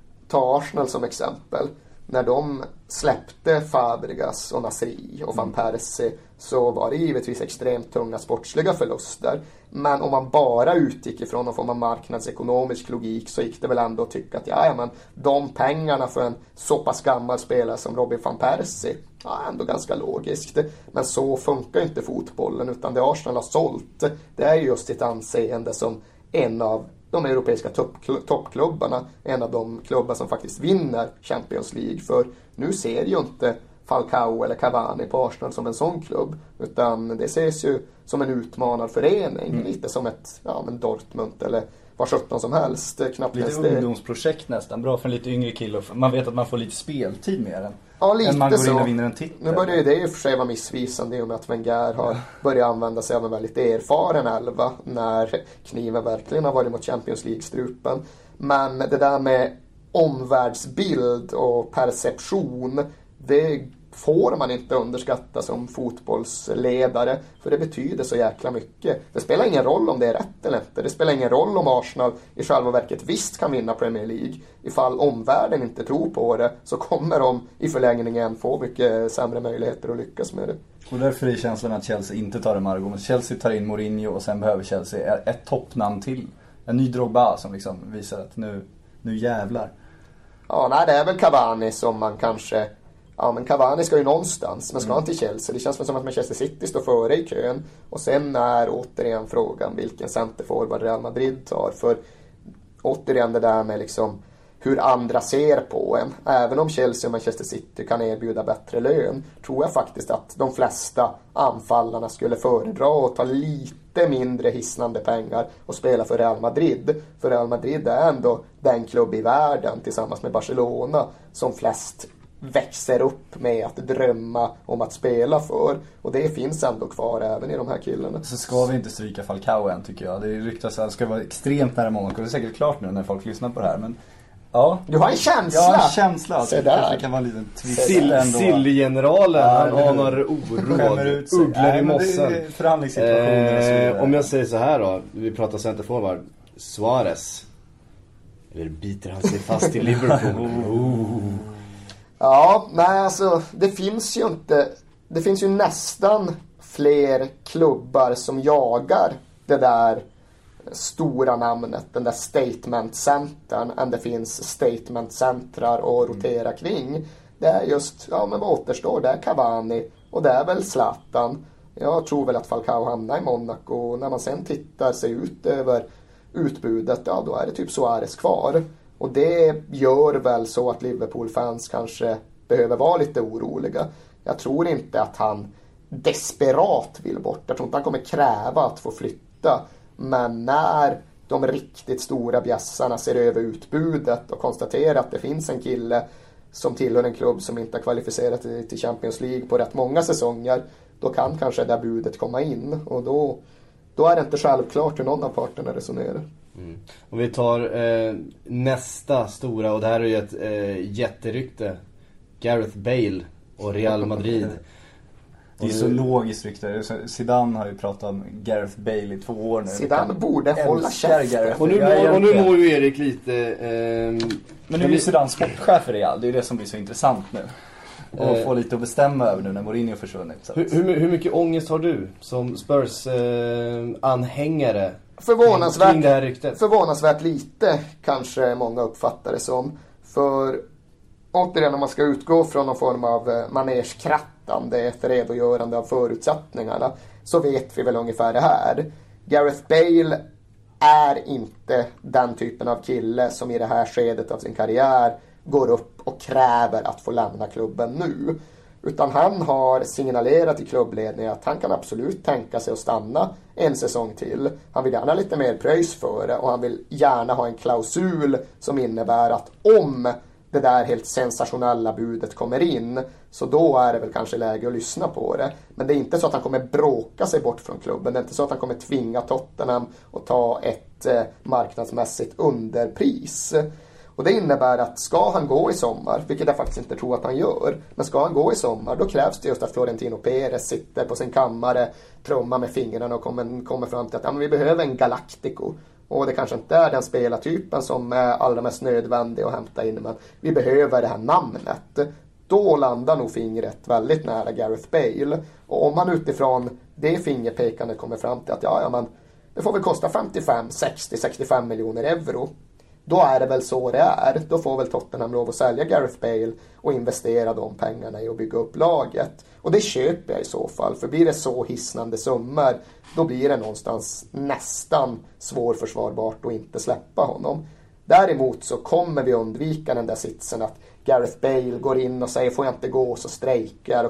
ta Arsenal som exempel. När de släppte Fabregas och Nasri och Van Persie så var det givetvis extremt tunga sportsliga förluster. Men om man bara utgick ifrån någon form av marknadsekonomisk logik så gick det väl ändå att tycka att men de pengarna för en så pass gammal spelare som Robin Van Persie, ändå ganska logiskt. Men så funkar inte fotbollen, utan det Arsenal har sålt, det är just sitt anseende som en av de europeiska toppklubbarna, en av de klubbar som faktiskt vinner Champions League. För nu ser ju inte Falcao eller Cavani på Arsenal som en sån klubb, utan det ses ju som en utmanarförening, lite som ett Dortmund eller vad 17 som helst. Knappt lite ungdomsprojekt nästan, bra för en lite yngre kille. Man vet att man får lite speltid med den. Ja, lite än man går så. In och vinner en titel. Nu börjar ju det i och för sig vara missvisande i och med att Wenger har börjat använda sig av en väldigt erfaren elva när kniven verkligen har varit mot Champions League-strupen. Men det där med omvärldsbild och perception, det får man inte underskatta som fotbollsledare, för det betyder så jäkla mycket. Det spelar ingen roll om det är rätt eller inte. Det spelar ingen roll om Arsenal i själva verket visst kan vinna Premier League. Ifall omvärlden inte tror på det så kommer de i förlängningen få mycket sämre möjligheter att lyckas med det. Och därför är känslan att Chelsea inte tar en Margot. Men Chelsea tar in Mourinho och sen behöver Chelsea ett toppnamn till. En ny Drogba som liksom visar att nu jävlar. Ja, nej, det är väl Cavani som man kanske... Ja, men Cavani ska ju någonstans, men ska han till Chelsea? Det känns väl som att Manchester City står före i kön. Och sen är återigen frågan vilken centerforward Real Madrid tar. För återigen det där med liksom hur andra ser på en. Även om Chelsea och Manchester City kan erbjuda bättre lön, tror jag faktiskt att de flesta anfallarna skulle föredra att ta lite mindre hisnande pengar och spela för Real Madrid. För Real Madrid är ändå den klubb i världen tillsammans med Barcelona som flest växer upp med att drömma om att spela för. Och det finns ändå kvar även i de här killarna. Så ska vi inte stryka Falcao än tycker jag. Det ryktas att det ska vara extremt nära många. Det är säkert klart nu när folk lyssnar på det här. Men ja. Du har en känsla. Ja, en känsla. Det kan vara en liten twist ändå. Sill-generalen, han anar oråd. Ugglor i mossen. Förhandlingssituationen. Om jag säger så här då. Vi pratar centerforward. Suarez. Eller biter han sig fast i Liverpool? Ja, nej alltså det finns ju inte. Det finns ju nästan fler klubbar som jagar det där stora namnet, den där statement-centern, än det finns statement-centrar att rotera kring. Det är just, men vad återstår? Det är Cavani och det är väl Zlatan. Jag tror väl att Falcao hamnar i Monaco, och när man sen tittar sig ut över utbudet, då är det typ Suarez kvar. Och det gör väl så att Liverpool-fans kanske behöver vara lite oroliga. Jag tror inte att han desperat vill bort. Jag tror inte han kommer kräva att få flytta. Men när de riktigt stora bjässarna ser över utbudet och konstaterar att det finns en kille som tillhör en klubb som inte har kvalificerat till Champions League på rätt många säsonger, då kan kanske det där budet komma in. Och då är det inte självklart hur någon av parterna resonerar. Om vi tar nästa stora, och det här är ju ett jätterykte, Gareth Bale och Real Madrid. Det är så logiskt rykte. Zidane har ju pratat om Gareth Bale i 2 år nu. Zidane borde hålla käften. Och nu mår ju Erik lite... men nu är ju Zidane sportchef för Real. Det är det som blir så intressant nu. Och få lite att bestämma över nu när Mourinho försvunnit. Så. Hur mycket ångest har du som Spurs-anhängare? Förvånansvärt lite, kanske många uppfattar det som. För återigen, om man ska utgå från någon form av manegekrattande, ett redogörande av förutsättningarna, så vet vi väl ungefär det här. Gareth Bale är inte den typen av kille som i det här skedet av sin karriär går upp och kräver att få lämna klubben nu. Utan han har signalerat i klubbledningen att han kan absolut tänka sig att stanna en säsong till. Han vill gärna lite mer pröjs för det, och han vill gärna ha en klausul som innebär att om det där helt sensationella budet kommer in, så då är det väl kanske läge att lyssna på det. Men det är inte så att han kommer bråka sig bort från klubben. Det är inte så att han kommer tvinga Tottenham att ta ett marknadsmässigt underpris. Och det innebär att ska han gå i sommar, vilket jag faktiskt inte tror att han gör, men ska han gå i sommar, då krävs det just att Florentino Perez sitter på sin kammare, trummar med fingrarna och kommer fram till att vi behöver en Galactico. Och det kanske inte är den spelartypen som är allra mest nödvändig att hämta in, men vi behöver det här namnet. Då landar nog fingret väldigt nära Gareth Bale. Och om man utifrån det fingerpekandet kommer fram till att men det får väl kosta 55, 60, 65 miljoner euro. Då är det väl så det är. Då får väl Tottenham lov att sälja Gareth Bale och investera de pengarna i att bygga upp laget. Och det köper jag i så fall. För blir det så hisnande summor, då blir det någonstans nästan svårförsvarbart att inte släppa honom. Däremot så kommer vi undvika den där sitsen att Gareth Bale går in och säger får jag inte gå så strejkar.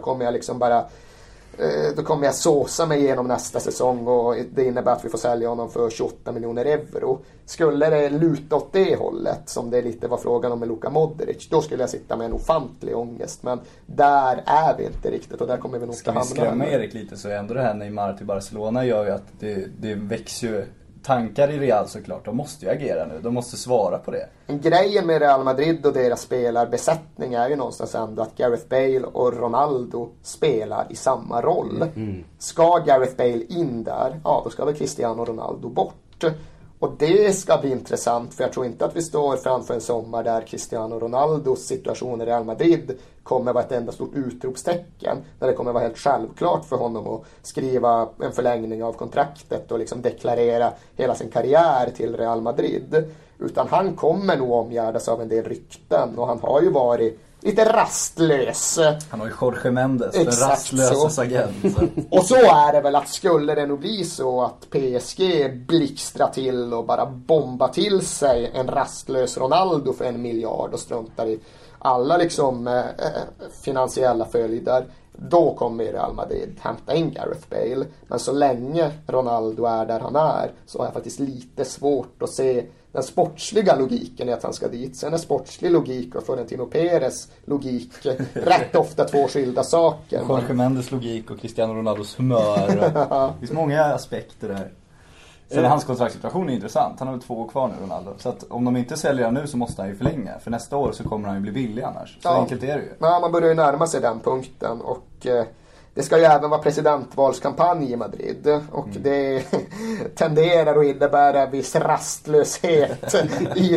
Då kommer jag såsa mig igenom nästa säsong, och det innebär att vi får sälja honom för 28 miljoner euro. Skulle det luta åt det hållet, som det lite var frågan om med Luka Modric, då skulle jag sitta med en ofantlig ångest. Men där är vi inte riktigt, och där kommer vi nog inte hamna. Ska vi skrämma Erik lite, så är ändå det här Neymar till Barcelona gör ju att det växer ju tankar i Real såklart. De måste ju agera nu, de måste svara på det. Grejen med Real Madrid och deras spelarbesättning är ju någonstans ändå att Gareth Bale och Ronaldo spelar i samma roll. Ska Gareth Bale in där, då ska väl Cristiano Ronaldo bort. Och det ska bli intressant, för jag tror inte att vi står framför en sommar där Cristiano Ronaldos situation i Real Madrid kommer vara ett enda stort utropstecken. Där det kommer vara helt självklart för honom att skriva en förlängning av kontraktet och liksom deklarera hela sin karriär till Real Madrid. Utan han kommer nog omgärdas av en del rykten, och han har ju varit lite rastlös. Han har ju Jorge Mendes, den rastlösas agent. Och så är det väl, att skulle det nog bli så att PSG blixtrar till och bara bombar till sig en rastlös Ronaldo för 1 miljard och struntar i alla liksom finansiella följder, då kommer Real Madrid hämta in Gareth Bale. Men så länge Ronaldo är där han är, så har jag faktiskt lite svårt att se den sportsliga logiken i att han ska dit. Sen är sportslig logik och Florentino Perez logik rätt ofta två skilda saker. Jorge Mendes logik och Cristiano Ronaldos humör. Det finns många aspekter där. Sen hans kontraktssituation är intressant. Han har väl 2 år kvar nu, Ronaldo. Så att om de inte säljer han nu, så måste han ju förlänga. För nästa år så kommer han ju bli billig annars. Så enkelt är det ju. Ja, man börjar ju närma sig den punkten. Och det ska ju även vara presidentvalskampanj i Madrid. Och det tenderar att innebära viss rastlöshet i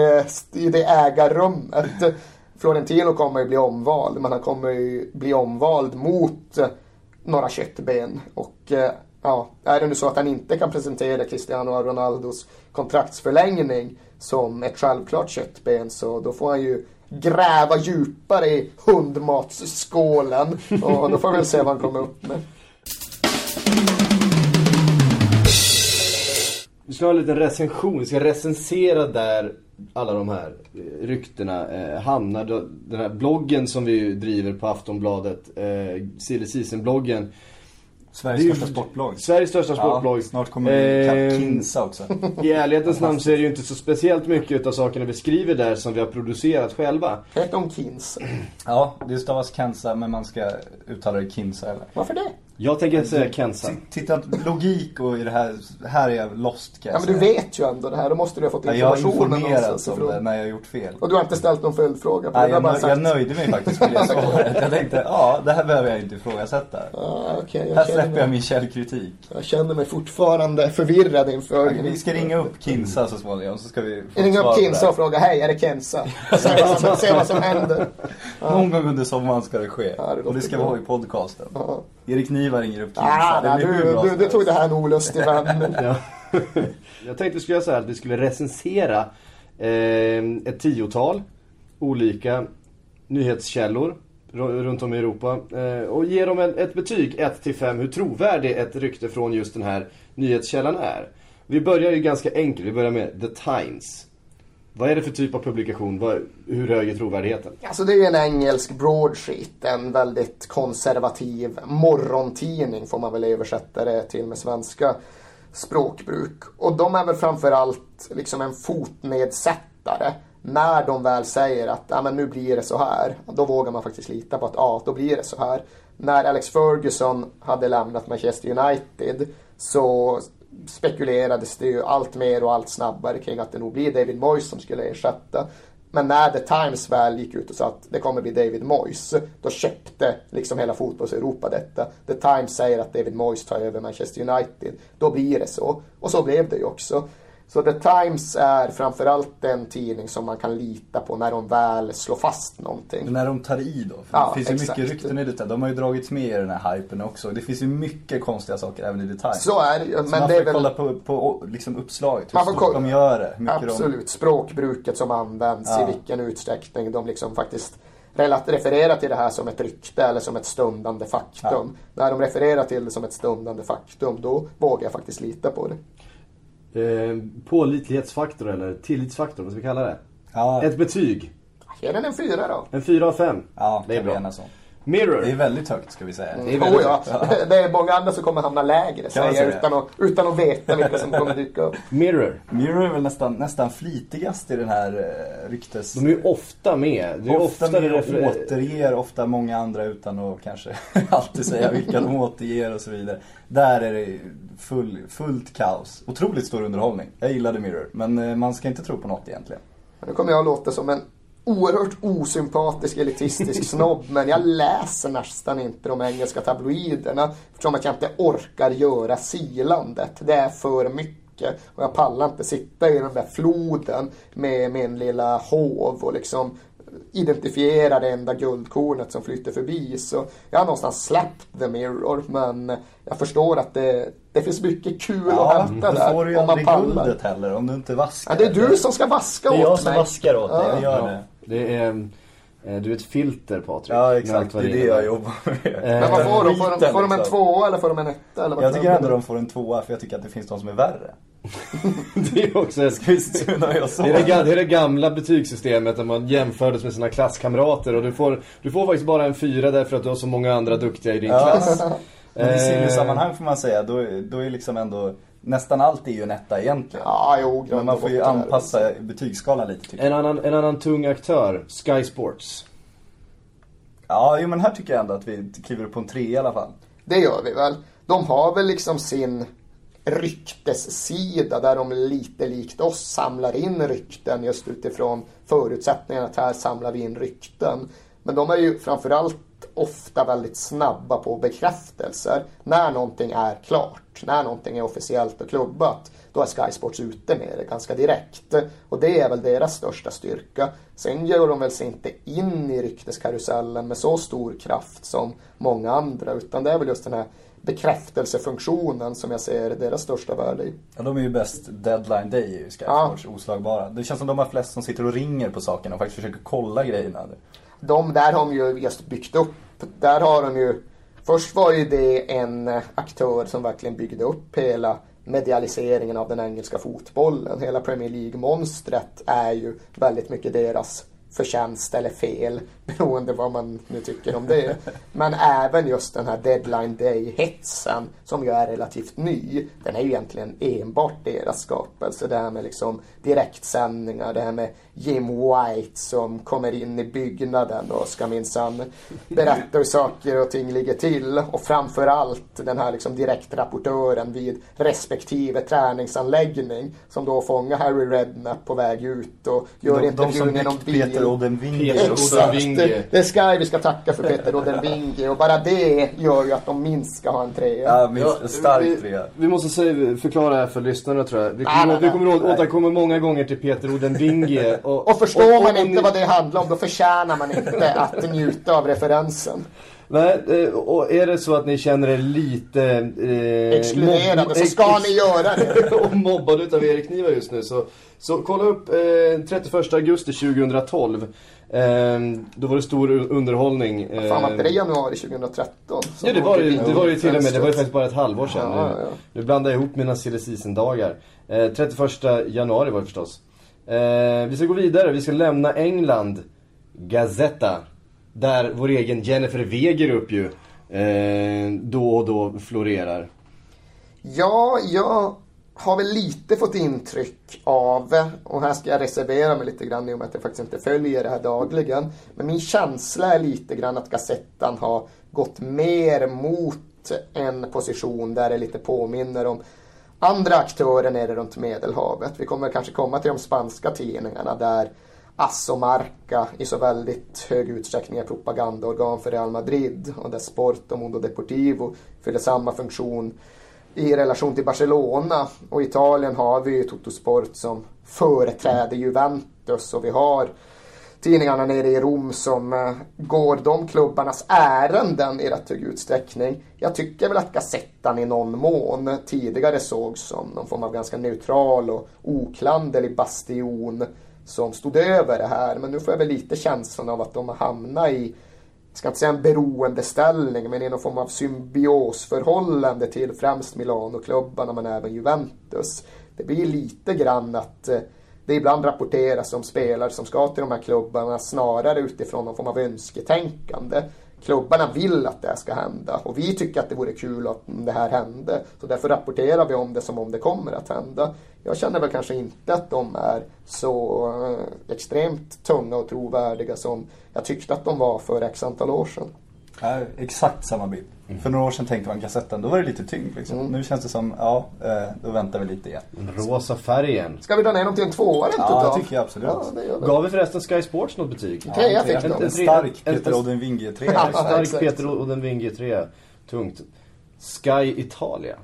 det ägarrummet. Florentino kommer ju bli omvald. Men han kommer ju bli omvald mot några köttben. Och är det nu så att han inte kan presentera Cristiano Ronaldos kontraktsförlängning som ett självklart köttben, så då får han ju gräva djupare i hundmatsskålen, och då får vi väl se vad han kommer upp med. Vi ska ha en liten recension. Vi ska recensera där alla de här ryktena hamnar. Den här bloggen som vi driver på Aftonbladet, Silly Season-bloggen. Sveriges största sportblogg. Sveriges största sportblogg. Snart kommer det Kinsa också. I ärlighetens namn så är det ju inte så speciellt mycket av sakerna vi skriver där som vi har producerat själva. Heter de Kinsa? Ja, det stavas Kinsa, men man ska uttala det Kinsa eller? Varför det? Jag tänker säga Kensa. Titta, logik och i det här är jag lost, kan jag men du vet ju ändå det här, då måste du ha fått informationen någonstans. Jag har informerats om det när jag har gjort fel. Och du har inte ställt någon följdfråga på det? Jag nöjde mig faktiskt med det svaret. Jag tänkte, det här behöver jag inte ifrågasätta. Här släpper jag min källkritik. Jag känner mig fortfarande förvirrad inför... Vi ska ringa upp Kinsa så småningom, så ska vi få ringa upp Kinsa och fråga, hej, är det Kensa? Se vad som händer. Någon gång under sommaren ska det ske. Och det ska vara i podcasten. Erik Niva ringer upp Kinsa. Du tog det här en olustig vän. Ja. Jag tänkte skulle jag säga att vi skulle recensera ett 10-tal olika nyhetskällor runt om i Europa och ge dem ett betyg 1-5 hur trovärdig ett rykte från just den här nyhetskällan är. Vi börjar ju ganska enkelt, vi börjar med The Times. Vad är det för typ av publikation? Hur hög är trovärdigheten? Alltså det är ju en engelsk broadsheet, en väldigt konservativ morgontidning får man väl översätta det till med svenska språkbruk. Och de är väl framförallt liksom en fotnedsättare. När de väl säger att men nu blir det så här, då vågar man faktiskt lita på att då blir det så här. När Alex Ferguson hade lämnat Manchester United så spekulerades det ju allt mer och allt snabbare kring att det nog blir David Moyes som skulle ersätta. Men när The Times väl gick ut och sa att det kommer bli David Moyes, då köpte liksom hela fotbolls-Europa detta. The Times säger att David Moyes tar över Manchester United. Då blir det så. Och så blev det ju också. Så The Times är framförallt en tidning som man kan lita på när de väl slår fast någonting. När de tar i då? För det finns ju mycket rykten i det. De har ju dragits med i den här hypen också. Det finns ju mycket konstiga saker även i The Times. Så är det ju. Men man får kolla på liksom uppslaget. Hur stort de gör det. Absolut. Språkbruket som används, i vilken utsträckning de liksom faktiskt refererar till det här som ett rykte eller som ett stundande faktum. När de refererar till det som ett stundande faktum, då vågar jag faktiskt lita på det. Pålitlighetsfaktor eller tillitsfaktor, vad ska vi kalla det? Ett betyg. Ge den en 4 då. En 4 av 5. Ja, det är bra. Mirror. Det är väldigt högt, ska vi säga. Det är många andra som kommer hamna lägre utan att veta vilka som kommer dyka upp. Mirror är väl nästan flitigast i den här ryktes... De är ju ofta med. Det är ofta med och återger ofta många andra utan att kanske alltid säga vilka de återger och så vidare. Där är det fullt kaos. Otroligt stor underhållning. Jag gillade Mirror, men man ska inte tro på något egentligen. Nu kommer jag låta som en oerhört osympatisk elitistisk snobb, men jag läser nästan inte de engelska tabloiderna eftersom att jag inte orkar göra silandet. Det är för mycket och jag pallar inte sitta i den där floden med min lilla hov och liksom identifiera det enda guldkornet som flyter förbi. Så jag har någonstans släppt The Mirror, men jag förstår att det finns mycket kul att hämta där. Får du om man pallar. Guldet heller, om du inte vaskar. Det är du som ska vaska åt mig. Det är jag som vaskar åt dig, jag gör det. Det är du är ett filter, Patrik. Ja, exakt, det är det jag jobbar med. Men vad får de? Får de en 2 eller får de en 1? Jag tycker ändå de får en 2, för jag tycker att det finns de som är värre. Det är också det är det gamla betygssystemet där man jämfördes med sina klasskamrater och du får faktiskt bara en 4 därför att du har så många andra duktiga i din klass. Men i seriesammanhang får man säga, då är liksom ändå nästan allt är ju en 1 egentligen. Men man får ju anpassa betygsskalan lite tycker jag. En annan tung aktör, Sky Sports. Men här tycker jag ändå att vi kliver upp på en 3 i alla fall. Det gör vi väl. De har väl liksom sin ryktessida där de lite likt oss samlar in rykten just utifrån förutsättningarna att här samlar vi in rykten. Men de är ju framförallt ofta väldigt snabba på bekräftelser. När någonting är klart, när någonting är officiellt och klubbat, då är Sky Sports ute med det ganska direkt. Och det är väl deras största styrka. Sen gör de väl sig inte in i rykteskarusellen med så stor kraft som många andra, utan det är väl just den här bekräftelsefunktionen som jag ser deras största värde i. Ja, de är ju bäst deadline day i Sky Sports, oslagbara. Det känns som de har flest som sitter och ringer på sakerna och faktiskt försöker kolla grejerna. Där har de ju just byggt upp. Där har de ju... Först var ju det en aktör som verkligen byggde upp hela medialiseringen av den engelska fotbollen. Hela Premier League-monstret är ju väldigt mycket deras förtjänst eller fel, beroende vad man nu tycker om det. Men även just den här deadline day-hetsen som ju är relativt ny, den är ju egentligen enbart deras skapelse. Det här med liksom direktsändningar, det här med Jim White som kommer in i byggnaden och ska minsann berätta hur saker och ting ligger till. Och framförallt den här liksom direktrapportören vid respektive träningsanläggning som då fångar Harry Redknapp på väg ut och gör intervjun genom bil. Peter Odenvinge. Exakt. Det är Sky vi ska tacka för Peter Odenvinge, och bara det gör ju att de minst ska ha en trea. Ja, minst stark trea. Vi måste förklara här för lyssnarna, tror jag. Vi kommer att återkomma många gånger till Peter Odenvinge. Och förstår man inte vad det handlar om, då förtjänar man inte att njuta av referensen. Nej, och är det så att ni känner er lite exkluderade, så ska ni göra det. Och mobbad utav Erik Niva just nu, så kolla upp 31 augusti 2012. Då var det stor underhållning. Fan, var det januari 2013? Ja, det var ju till och med. Det var ju faktiskt bara ett halvår sedan. Ja. Nu blandar jag ihop mina silly season-dagar. 31 januari var det förstås. Vi ska gå vidare. Vi ska lämna England. Gazzetta. Där vår egen Jennifer Wegerup ju då och då florerar. Ja, jag har väl lite fått intryck av, och här ska jag reservera mig lite grann i och med att jag faktiskt inte följer det här dagligen, men min känsla är lite grann att Gazettan har gått mer mot en position där det lite påminner om andra aktörer nere runt Medelhavet. Vi kommer kanske komma till de spanska tidningarna där AS och Marca i så väldigt hög utsträckning är propagandaorgan för Real Madrid, och där Sport och Mundo Deportivo fyller samma funktion i relation till Barcelona. Och i Italien har vi ju Tuttosport som företräder Juventus, och vi har tidningarna nere i Rom som går de klubbarnas ärenden i rätt hög utsträckning. Jag tycker väl att Gazettan i någon mån tidigare såg som någon form av ganska neutral och oklanderlig bastion som stod över det här. Men nu får jag väl lite känslan av att de har hamnat i, jag ska inte säga en beroendeställning, men i någon form av symbiosförhållande till främst Milano-klubbarna men även Juventus. Det blir lite grann att det ibland rapporteras om spelare som ska till de här klubbarna snarare utifrån någon form av önsketänkande. Klubbarna vill att det här ska hända, och vi tycker att det vore kul om det här hände. Så därför rapporterar vi om det som om det kommer att hända. Jag känner väl kanske inte att de är så extremt tunga och trovärdiga som jag tyckte att de var för x antal år sedan. Ja, exakt samma bild. För några år sedan tänkte man Gazettan, då var det lite tyngd liksom. Nu känns det som, då väntar vi lite igen. Rosa färgen. Ska vi dra ner dem till en tvåa rent Ja, utav? det tycker jag absolut. Ja, det gör vi. Gav vi förresten Sky Sports något betyg? Ja, jag fick dem. En stark Peter Odenvinge 3. Stark exakt. Peter Odenvinge 3. Tungt. Sky Italia.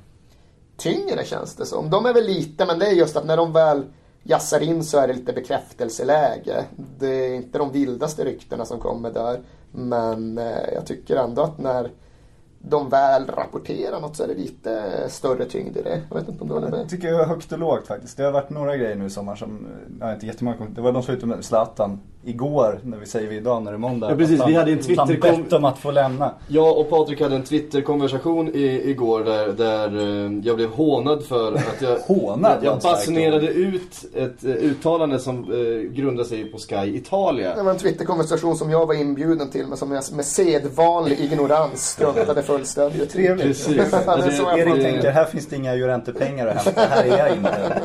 Tyngre känns det som. De är väl lite, men det är just att när de väl jassar in så är det lite bekräftelseläge. Det är inte de vildaste ryktena som kommer där. Men jag tycker ändå att när de väl rapporterar något så är det lite större tyngd i det. Jag vet inte om du håller med. Jag tycker jag är högt och lågt faktiskt. Det har varit några grejer nu i sommar som, inte jättemånga. Det var de som var ute med Zlatan igår, när vi säger vi idag, när det är måndag. Ja, precis. Vi hade en Twitter... Han bett om att få lämna. Jag och Patrik hade en Twitter-konversation igår där jag blev hånad för att jag basunerade ut ett uttalande som grundar sig på Sky Italia. Det var en Twitter-konversation som jag var inbjuden till, men som jag med sedvanlig ignorans struntade fullständigt. Trevligt. Precis. Erik tänker, här finns det inga Llorente-pengar att hämta. Här är jag inte.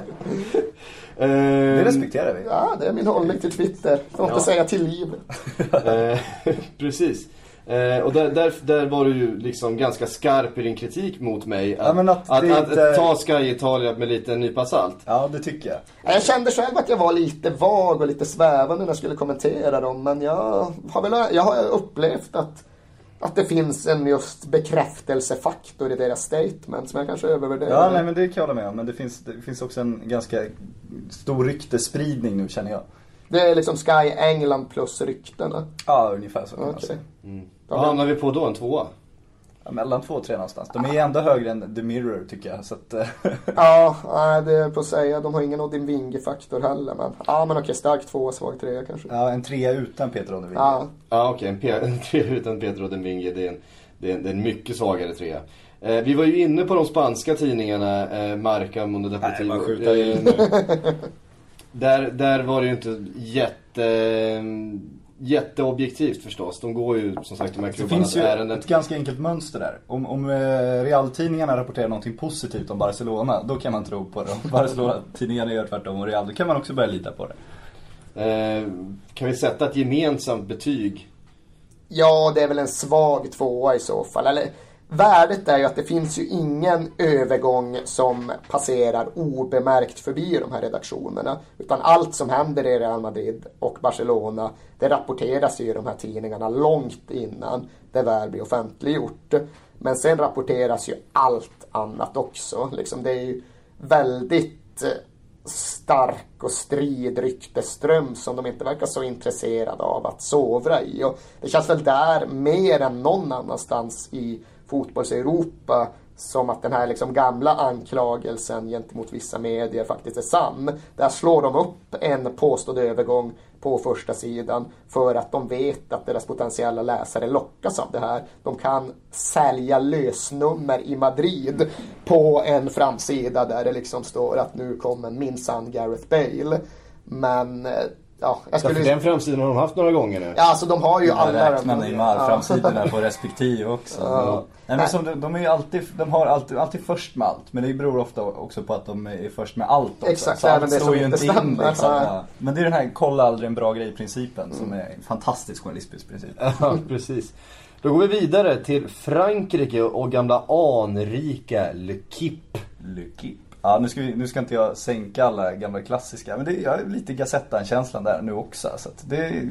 Det respekterar vi. Ja, det är min hållning till Twitter. Får inte säga till livet. Precis. Och där var du ju liksom ganska skarp i din kritik mot mig. Att ta Sky Italia med lite nypa salt. Ja, det tycker jag. Jag kände själv att jag var lite vag och lite svävande när jag skulle kommentera dem. Men jag har upplevt att det finns en just bekräftelsefaktor i deras statement som jag kanske övervärderar. Ja, nej, men det kan jag hålla med om. Men det finns också en ganska stor ryktespridning nu, känner jag. Det är liksom Sky England plus ryktena. Ja, ungefär så. Okay. Vad hamnar vi på då? En tvåa? Ja, mellan 2 och 3 någonstans. De är ändå högre än The Mirror, tycker jag. Så att, ja, det är på att säga. De har ingen Odenvinge-faktor heller. Men okej, stark 2, svag 3 kanske. Ja, en 3 utan Peter Odenvinge. Ja, okej. En 3 utan Peter Odenvinge. Det är en mycket svagare 3. Vi var ju inne på de spanska tidningarna, Marca, Mundo Deportivo. Där var det ju inte jätteobjektivt förstås. De går ju som sagt de här klubbarnas ärenden. Det finns ju ett ganska enkelt mönster där. Om Real-tidningarna rapporterar någonting positivt om Barcelona, då kan man tro på det. Om Barcelona-tidningarna gör tvärtom och Real, då kan man också börja lita på det. Kan vi sätta ett gemensamt betyg? Ja, det är väl en svag 2 i så fall. Eller, värdet är ju att det finns ju ingen övergång som passerar obemärkt förbi de här redaktionerna. Utan allt som händer i Real Madrid och Barcelona, det rapporteras ju i de här tidningarna långt innan det väl blir offentliggjort. Men sen rapporteras ju allt annat också. Liksom, det är ju väldigt stark och strid rykteström som de inte verkar så intresserade av att sovra i. Och det känns väl där mer än någon annanstans i fotbolls-Europa som att den här liksom gamla anklagelsen gentemot vissa medier faktiskt är sann. Där slår de upp en påstådd övergång på första sidan för att de vet att deras potentiella läsare lockas av det här. De kan sälja lösnummer i Madrid på en framsida där det liksom står att nu kommer minsann Gareth Bale. Men ja, jag skulle... Den framsidan har de haft några gånger nu. Ja, alltså de har ju alla räknar Neymar framsidorna på respektive också. Ja. Nej, men som de är ju alltid först med allt, men det beror ofta också på att de är först med allt också. Exakt, så även det som inte stämmer. Liksom. Ja. Men det är den här kolla aldrig en bra grej-principen som är en fantastisk journalistisk princip. Ja, precis. Då går vi vidare till Frankrike och gamla anrika L'Équipe. Ja, nu ska inte jag sänka alla gamla klassiska, men jag är lite Gazettan-känslan där nu också. Så att det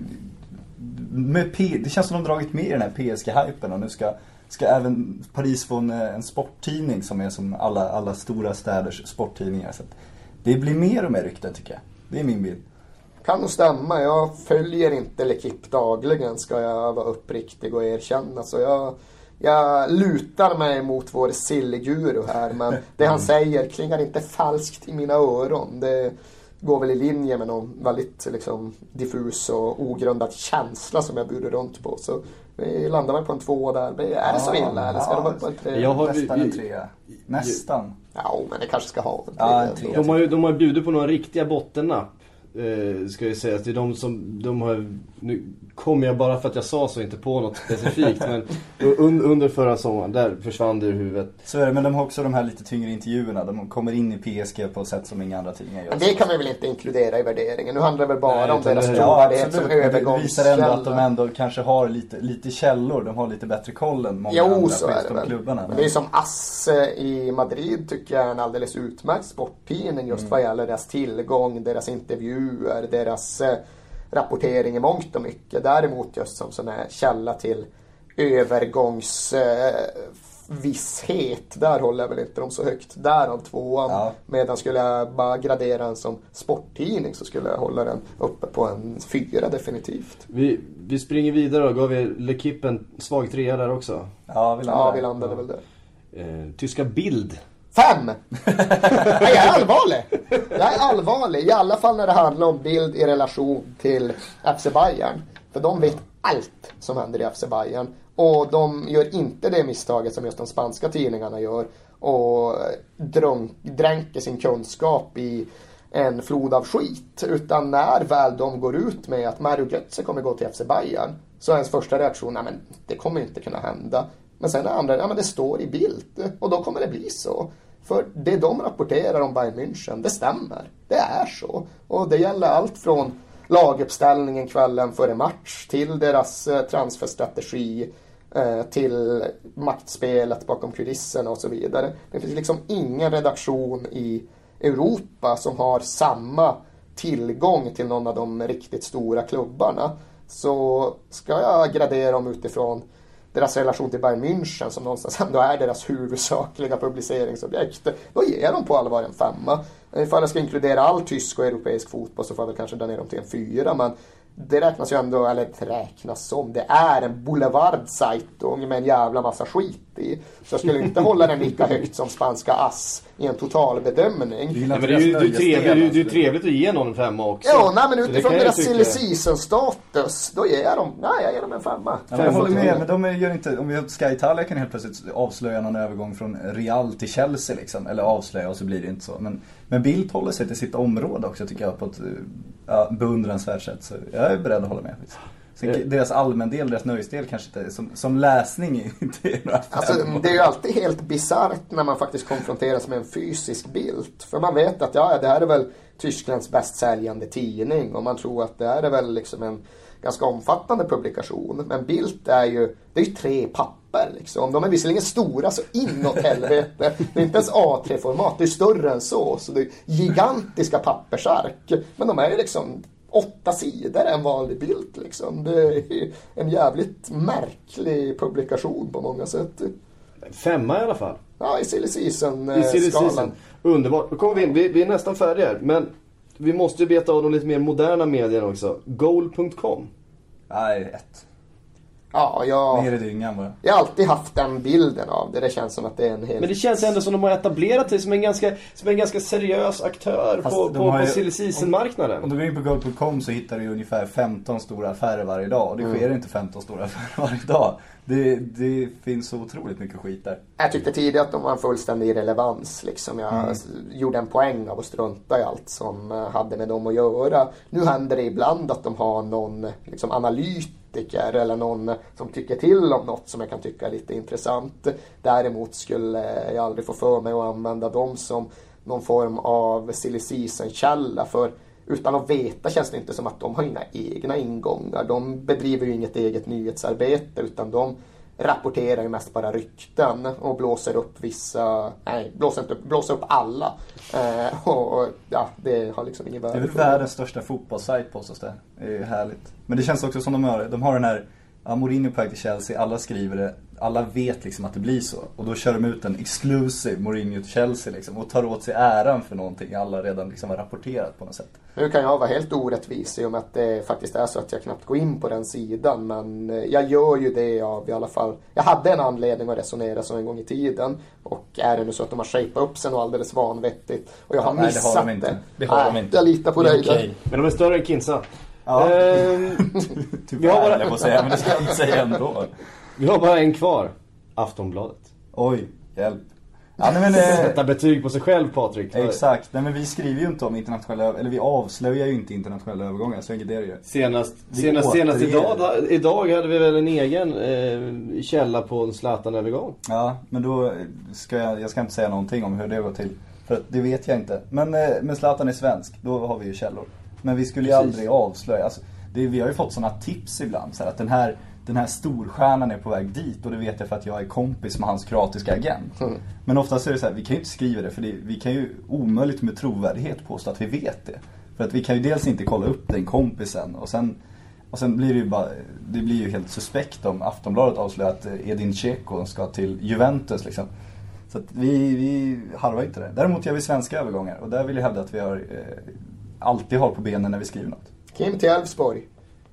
känns som de dragit med i den här PSG-hypen och nu ska även Paris få en sporttidning som är som alla stora städers sporttidningar. Så att det blir mer och mer rykten tycker jag. Det är min bild. Kan nog stämma. Jag följer inte L'Équipe dagligen, ska jag vara uppriktig och erkänna. Så jag lutar mig mot vår silleguru här, men det han säger klingar inte falskt i mina öron. Det går väl i linje med någon väldigt liksom diffus och ogrundad känsla som jag bjuder runt på. Så vi landar väl på en 2 där. Är det så illa eller ska det vara på en 3? Nästan en 3. Nästan. Ja, men det kanske ska ha en 3. De har bjudit på några riktiga bottennapp. Ska jag säga att det är de har, nu kommer jag bara för att jag sa så inte på något specifikt, men under förra sommaren där försvann det ur huvudet. Så är det, men de har också de här lite tyngre intervjuerna. De kommer in i PSG på ett sätt som inga andra tidningar gör. Men det kan vi väl inte inkludera i värderingen. Nu handlar det väl bara om deras trovärdighet som övergångskälla. Det visar ändå att de ändå kanske har lite källor. De har lite bättre koll än många andra så är det väl. Klubbarna. Men det är som Asse i Madrid tycker jag är en alldeles utmärkt sporttidning just vad gäller deras tillgång, deras intervjuer, deras rapportering i mångt och mycket. Däremot just som sån här källa till övergångsvisshet, där håller jag väl inte dem så högt. Därav 2. Ja. Medan skulle jag bara gradera den som sporttidning så skulle jag hålla den uppe på en 4 definitivt. Vi springer vidare och gav vi L'Équipe en svag 3 där också. Ja, vi landade väl där. Tyska Bild. 5! Jag är allvarlig. I alla fall när det handlar om Bild i relation till FC Bayern. För de vet allt som händer i FC Bayern. Och de gör inte det misstaget som just de spanska tidningarna gör. Och dränker sin kunskap i en flod av skit. Utan när väl de går ut med att Mario Götze kommer gå till FC Bayern, så är ens första reaktion, nej men det kommer inte kunna hända. Men sen är andra, ja men det står i Bild och då kommer det bli så. För det de rapporterar om Bayern München, det stämmer. Det är så. Och det gäller allt från laguppställningen kvällen före match till deras transferstrategi, till maktspelet bakom kulisserna och så vidare. Det finns liksom ingen redaktion i Europa som har samma tillgång till någon av de riktigt stora klubbarna. Så ska jag gradera dem utifrån deras relation till Bayern München som någonstans ändå är deras huvudsakliga publiceringsobjekt, då ger de på allvar en 5. Ifall jag ska inkludera all tysk och europeisk fotboll så får jag väl kanske dra ner dem till en 4, men det räknas ju ändå, eller räknas som, det är en Boulevard-sajtung med en jävla massa skit i. Så jag skulle inte hålla den lika högt som spanska ass i en totalbedömning. Men det är ju trevligt att ge någon en 5 också. Ja, nej, men utifrån deras silly season-status, då ger jag dem en 5. Jag håller med, men de gör inte, om vi har Sky Italia kan helt plötsligt avslöja någon övergång från Real till Chelsea liksom, eller avslöja och så blir det inte så. Men Bildt håller sig till sitt område också tycker jag på ett beundransvärt sätt, så jag är beredd att hålla med. Sen deras allmändel, deras nöjesdel kanske inte som läsning inte är några alltså, det är ju alltid helt bizarrt när man faktiskt konfronteras med en fysisk bild. För man vet att det här är väl Tysklands bäst säljande tidning och man tror att det här är väl liksom en ganska omfattande publikation. Men Bildt är ju 3 papper liksom. De är visserligen stora så inåt helvete. Det är inte ens A3-format, det är större än så. Så det är gigantiska pappersark. Men de är ju liksom 8 sidor en vanlig bild liksom. Det är en jävligt märklig publikation på många sätt. 5 i alla fall. Ja, i silly season-skalan. Underbart. Då kommer vi är nästan färdiga här. Men vi måste ju beta av de lite mer moderna medierna också. Goal.com. Nej, 1. Ja, jag har alltid haft den bilden av det. Det känns som att det är en helt... Men det känns ändå som att de har etablerat sig som en ganska seriös aktör på silly season-marknaden. Om du går in på Goal.com så hittar du ungefär 15 stora affärer varje dag. Och det sker inte 15 stora affärer varje dag. Det finns så otroligt mycket skit där. Jag tyckte tidigare att de var en fullständig irrelevans. Liksom. Jag gjorde en poäng av att strunta i allt som hade med dem att göra. Nu händer det ibland att de har någon liksom, analytiker eller någon som tycker till om något som jag kan tycka är lite intressant. Däremot skulle jag aldrig få för mig att använda dem som någon form av silly season-källa. För utan att veta känns det inte som att de har inga egna ingångar. De bedriver ju inget eget nyhetsarbete utan de rapporterar ju mest bara rykten och blåser upp blåser upp alla. Och ja, det har liksom ingen värde. Det är väl världens största fotbollssajt påstås det. Det är ju härligt. Men det känns också som de har den här Mourinho på väg till Chelsea, alla skriver det, alla vet liksom att det blir så. Och då kör de ut en exclusive Mourinho till Chelsea liksom, och tar åt sig äran för någonting alla redan liksom har rapporterat på något sätt. Nu kan jag vara helt orättvis i och med att det faktiskt är så att jag knappt går in på den sidan. Men jag gör ju det av i alla fall. Jag hade en anledning att resonera så en gång i tiden. Och är det nu så att de har shapat upp sig något alldeles vanvettigt och jag har missat det. Det har de inte. Jag litar på dig. Okay. Men de är större än Kinsa. Ja. Tyvärr, jag får säga, men det ska jag inte säga ändå. Vi har bara en kvar. Aftonbladet. Oj, hjälp. Sätta betyg på sig själv, Patrik. Exakt. Nej, men vi skriver ju inte om internationella, eller vi avslöjar ju inte internationella övergångar, så enkelt är det ju. Senast idag hade vi väl en egen källa på en Zlatan-övergång. Ja, men då ska jag ska inte säga någonting om hur det går till, för det vet jag inte. Men Zlatan är svensk, då har vi ju källor. Men vi skulle ju aldrig avslöja. Alltså, vi har ju fått sådana tips ibland. Så här, att den här storstjärnan är på väg dit. Och det vet jag för att jag är kompis med hans kroatiska agent. Men oftast är det så här, vi kan ju inte skriva det. För vi kan ju omöjligt med trovärdighet påstå att vi vet det. För att vi kan ju dels inte kolla upp den kompisen. Och sen blir det ju bara, det blir ju helt suspekt om Aftonbladet avslöjar att Edin Dzeko ska till Juventus liksom. Så att vi harvar inte det. Däremot gör vi svenska övergångar. Och där vill jag hävda att vi har... alltid har på benen när vi skriver något. Kim till Elfsborg.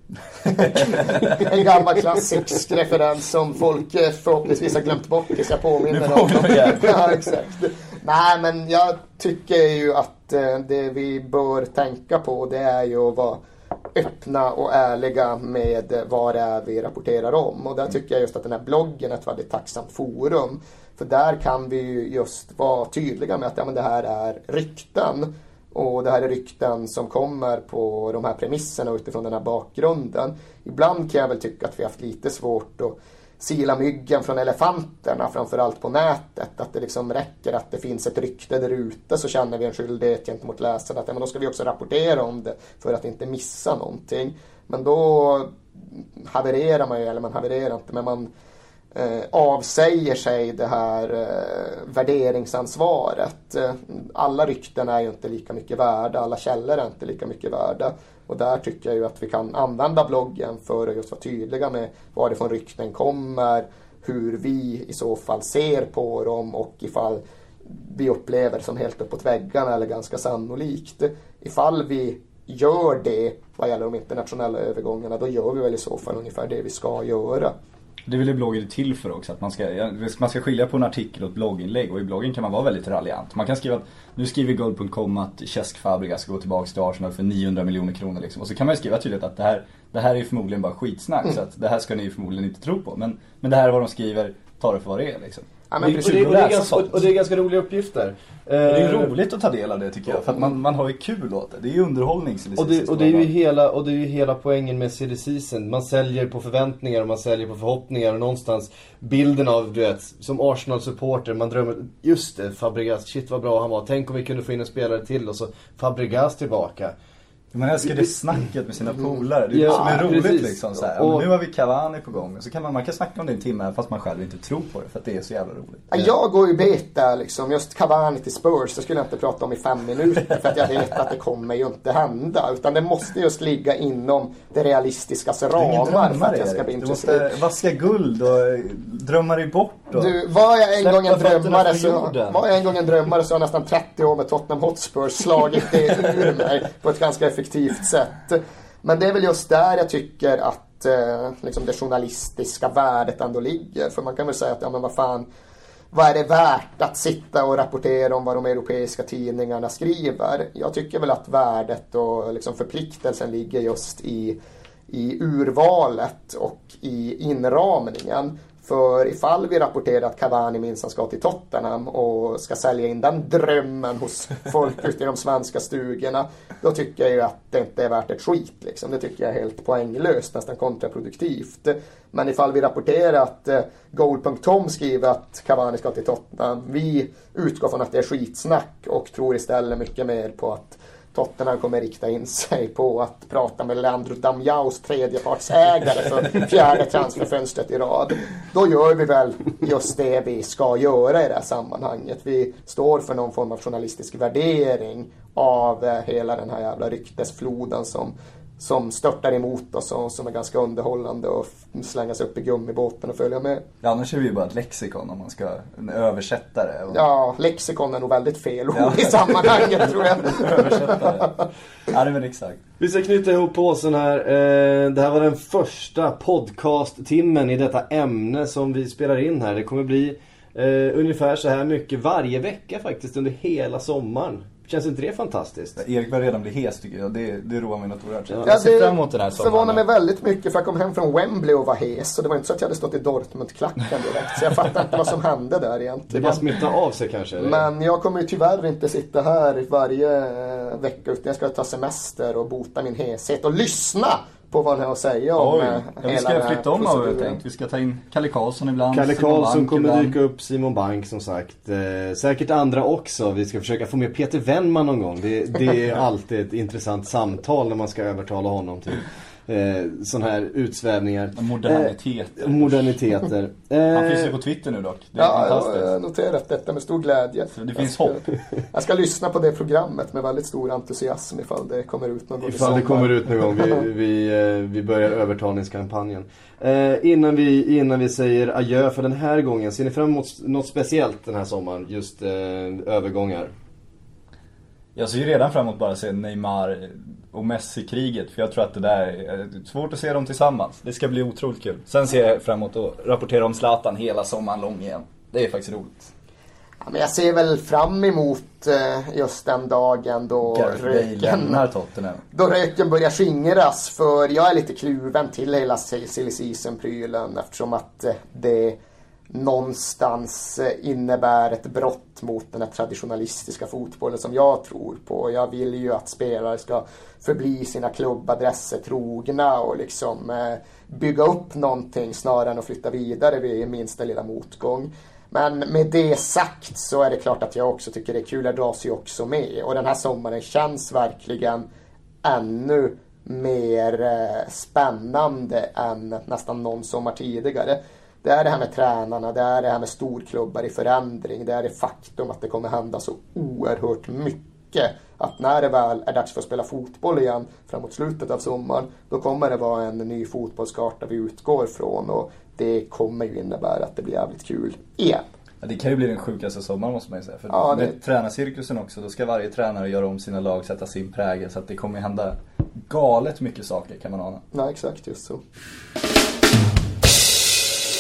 En gammal klassisk referens som folk förhoppningsvis har glömt bort tills jag påminner om. Ja, exakt. Nej, men jag tycker ju att det vi bör tänka på, det är ju att vara öppna och ärliga med vad det är vi rapporterar om. Och där tycker jag just att den här bloggen är ett väldigt tacksamt forum. För där kan vi ju just vara tydliga med att men det här är rykten. Och det här är rykten som kommer på de här premisserna utifrån den här bakgrunden. Ibland kan jag väl tycka att vi har haft lite svårt att sila myggen från elefanterna, framförallt på nätet. Att det liksom räcker att det finns ett rykte där ute, så känner vi en skyldighet gentemot läsarna. Att men då ska vi också rapportera om det för att inte missa någonting. Men då havererar man ju, eller man havererar inte, men man avsäger sig det här värderingsansvaret. Alla rykten är ju inte lika mycket värda, alla källor är inte lika mycket värda. Och där tycker jag ju att vi kan använda bloggen för att just vara tydliga med varifrån rykten kommer, hur vi i så fall ser på dem och ifall vi upplever det som helt uppåt väggarna eller ganska sannolikt. Ifall vi gör det vad gäller de internationella övergångarna, då gör vi väl i så fall ungefär det vi ska göra. Det vill ju bloggen till för också, att man ska skilja på en artikel och ett blogginlägg. Och i bloggen kan man vara väldigt raljant. Man kan skriva att nu skriver Goal.com att Cesc Fabregas ska gå tillbaka till Arsenal för 900 miljoner kronor liksom. Och så kan man ju skriva tydligt att det här är förmodligen bara skitsnack, så att det här ska ni förmodligen inte tro på. Men det här är vad de skriver, ta det för vad det är liksom. Ja, men och det är ganska roliga uppgifter. Det är roligt att ta del av det tycker jag, för att man har ju kul åt det. Det är ju underhållning. Och det är ju hela poängen med silly season. Man säljer på förväntningar och man säljer på förhoppningar. Och någonstans bilden av, du vet, som Arsenal-supporter, man drömmer, just det, Fabregas, shit vad bra han var. Tänk om vi kunde få in en spelare till och så Fabregas tillbaka. Man älskar det snacket med sina polare. Det är det som är roligt precis. Liksom så här. Och nu har vi Cavani på gång. Så kan man kan snacka om det en timme fast man själv inte tror på det, för att det är så jävla roligt. Ja, jag går ju beta liksom. Just Cavani till Spurs, så skulle jag inte prata om i 5 minuter. För att jag vet att det kommer ju inte hända. Utan det måste just ligga inom det realistiskas ramar för att jag ska bli intresserad. Du måste vaska guld och drömma dig bort. Och du, var jag en gång en drömmare så har nästan 30 år med Tottenham Hotspur slagit det ur mig på ett ganska effektivt sätt. Men det är väl just där jag tycker att liksom det journalistiska värdet ändå ligger. För man kan väl säga att, ja men vad fan, vad är det värt att sitta och rapportera om vad de europeiska tidningarna skriver? Jag tycker väl att värdet och liksom förpliktelsen ligger just i urvalet och i inramningen. För ifall vi rapporterar att Cavani minst ska till Tottenham och ska sälja in den drömmen hos folk ute i de svenska stugorna, då tycker jag ju att det inte är värt ett skit. Liksom. Det tycker jag är helt poänglöst, nästan kontraproduktivt. Men ifall vi rapporterar att Goal.com skriver att Cavani ska till Tottenham, vi utgår från att det är skitsnack och tror istället mycket mer på att Tottenham kommer rikta in sig på att prata med Leandro Damiaus tredjepartsägare för 4:e transferfönstret i rad. Då gör vi väl just det vi ska göra i det här sammanhanget. Vi står för någon form av journalistisk värdering av hela den här jävla ryktesfloden som störtar emot oss och som är ganska underhållande och slängas upp i gummibåten och följa med. Ja, annars är det ju bara ett lexikon om man ska översätta det. Ja, lexikon är nog väldigt fel ord i sammanhanget tror jag. Översättare. Ja, det är väl exakt. Vi ska knyta ihop påsen här. Det här var den första podcast-timmen i detta ämne som vi spelar in här. Det kommer bli ungefär så här mycket varje vecka faktiskt under hela sommaren. Känns inte det fantastiskt? Erik börjar redan bli hes tycker jag. Det roar mig något oerhört. Jag ser fram emot den här sommaren. Förvånar mig väldigt mycket för jag kom hem från Wembley och var hes. Så det var inte så att jag hade stått i Dortmund-klacken direkt. Så jag fattar inte vad som hände där egentligen. Det bara smittar av sig kanske? Eller? Men jag kommer ju tyvärr inte sitta här varje vecka. Utan jag ska ta semester och bota min heshet. Och lyssna på vad ni har att säga om hela vi ska flytta om av det. Vi ska ta in Kalle Karlsson ibland. Kalle Karlsson kommer dyka upp, Simon Bank som sagt. Säkert andra också. Vi ska försöka få med Peter Wennman någon gång. Det är alltid ett intressant samtal när man ska övertala honom till sån här utsvävningar. Moderniteter. Han finns ju på Twitter nu dock. Det är fantastiskt. Jag har noterat detta med stor glädje. Så det finns hopp. Jag ska lyssna på det programmet med väldigt stor entusiasm ifall det kommer ut någon gång. Ifall det kommer ut någon gång. Vi börjar övertalningskampanjen. Innan vi säger adjö för den här gången, ser ni fram emot något speciellt den här sommaren? Just övergångar. Jag ser ju redan fram emot bara att se Neymar och Messi-kriget. För jag tror att det där är svårt att se dem tillsammans. Det ska bli otroligt kul. Sen ser jag fram emot att rapportera om Zlatan hela sommaren lång igen. Det är faktiskt roligt. Ja, men jag ser väl fram emot just den dagen då röken börjar skingras. För jag är lite kluven till hela silly season-prylen. Eftersom att det någonstans innebär ett brott mot den här traditionalistiska fotbollen som jag tror på. Jag vill ju att spelare ska förbli sina klubbadresser trogna och liksom bygga upp någonting snarare än att flytta vidare vid minsta lilla motgång. Men med det sagt så är det klart att jag också tycker det är kul. Jag dras ju också med. Och den här sommaren känns verkligen ännu mer spännande än nästan någon sommar tidigare. Det är det här med tränarna, det är det här med storklubbar i förändring, det är det faktum att det kommer hända så oerhört mycket. Att när det väl är dags för att spela fotboll igen framåt slutet av sommaren, då kommer det vara en ny fotbollskarta vi utgår från och det kommer ju innebära att det blir jävligt kul igen. Ja, det kan ju bli den sjukaste sommaren måste man ju säga. För med tränarcirkusen också, då ska varje tränare göra om sina lag, sätta sin prägel, så att det kommer hända galet mycket saker kan man ana. Ja, exakt just så.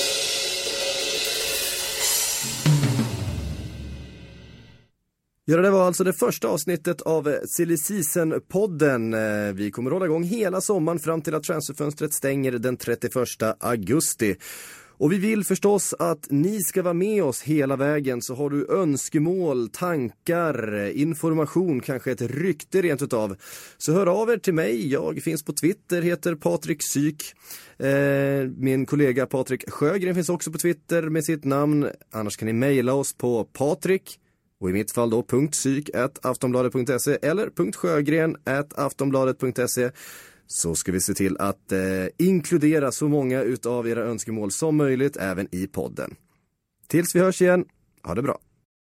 Ja, det var alltså det första avsnittet av Silly Season-podden. Vi kommer hålla igång hela sommaren fram till att transferfönstret stänger den 31 augusti. Och vi vill förstås att ni ska vara med oss hela vägen, så har du önskemål, tankar, information, kanske ett rykte rent utav, så hör av er till mig. Jag finns på Twitter, heter Patrik Syk. Min kollega Patrik Sjögren finns också på Twitter med sitt namn. Annars kan ni mejla oss på Patrik, och i mitt fall då .syk@aftonbladet.se eller .sjögren@aftonbladet.se. Så ska vi se till att inkludera så många utav era önskemål som möjligt även i podden. Tills vi hörs igen, ha det bra.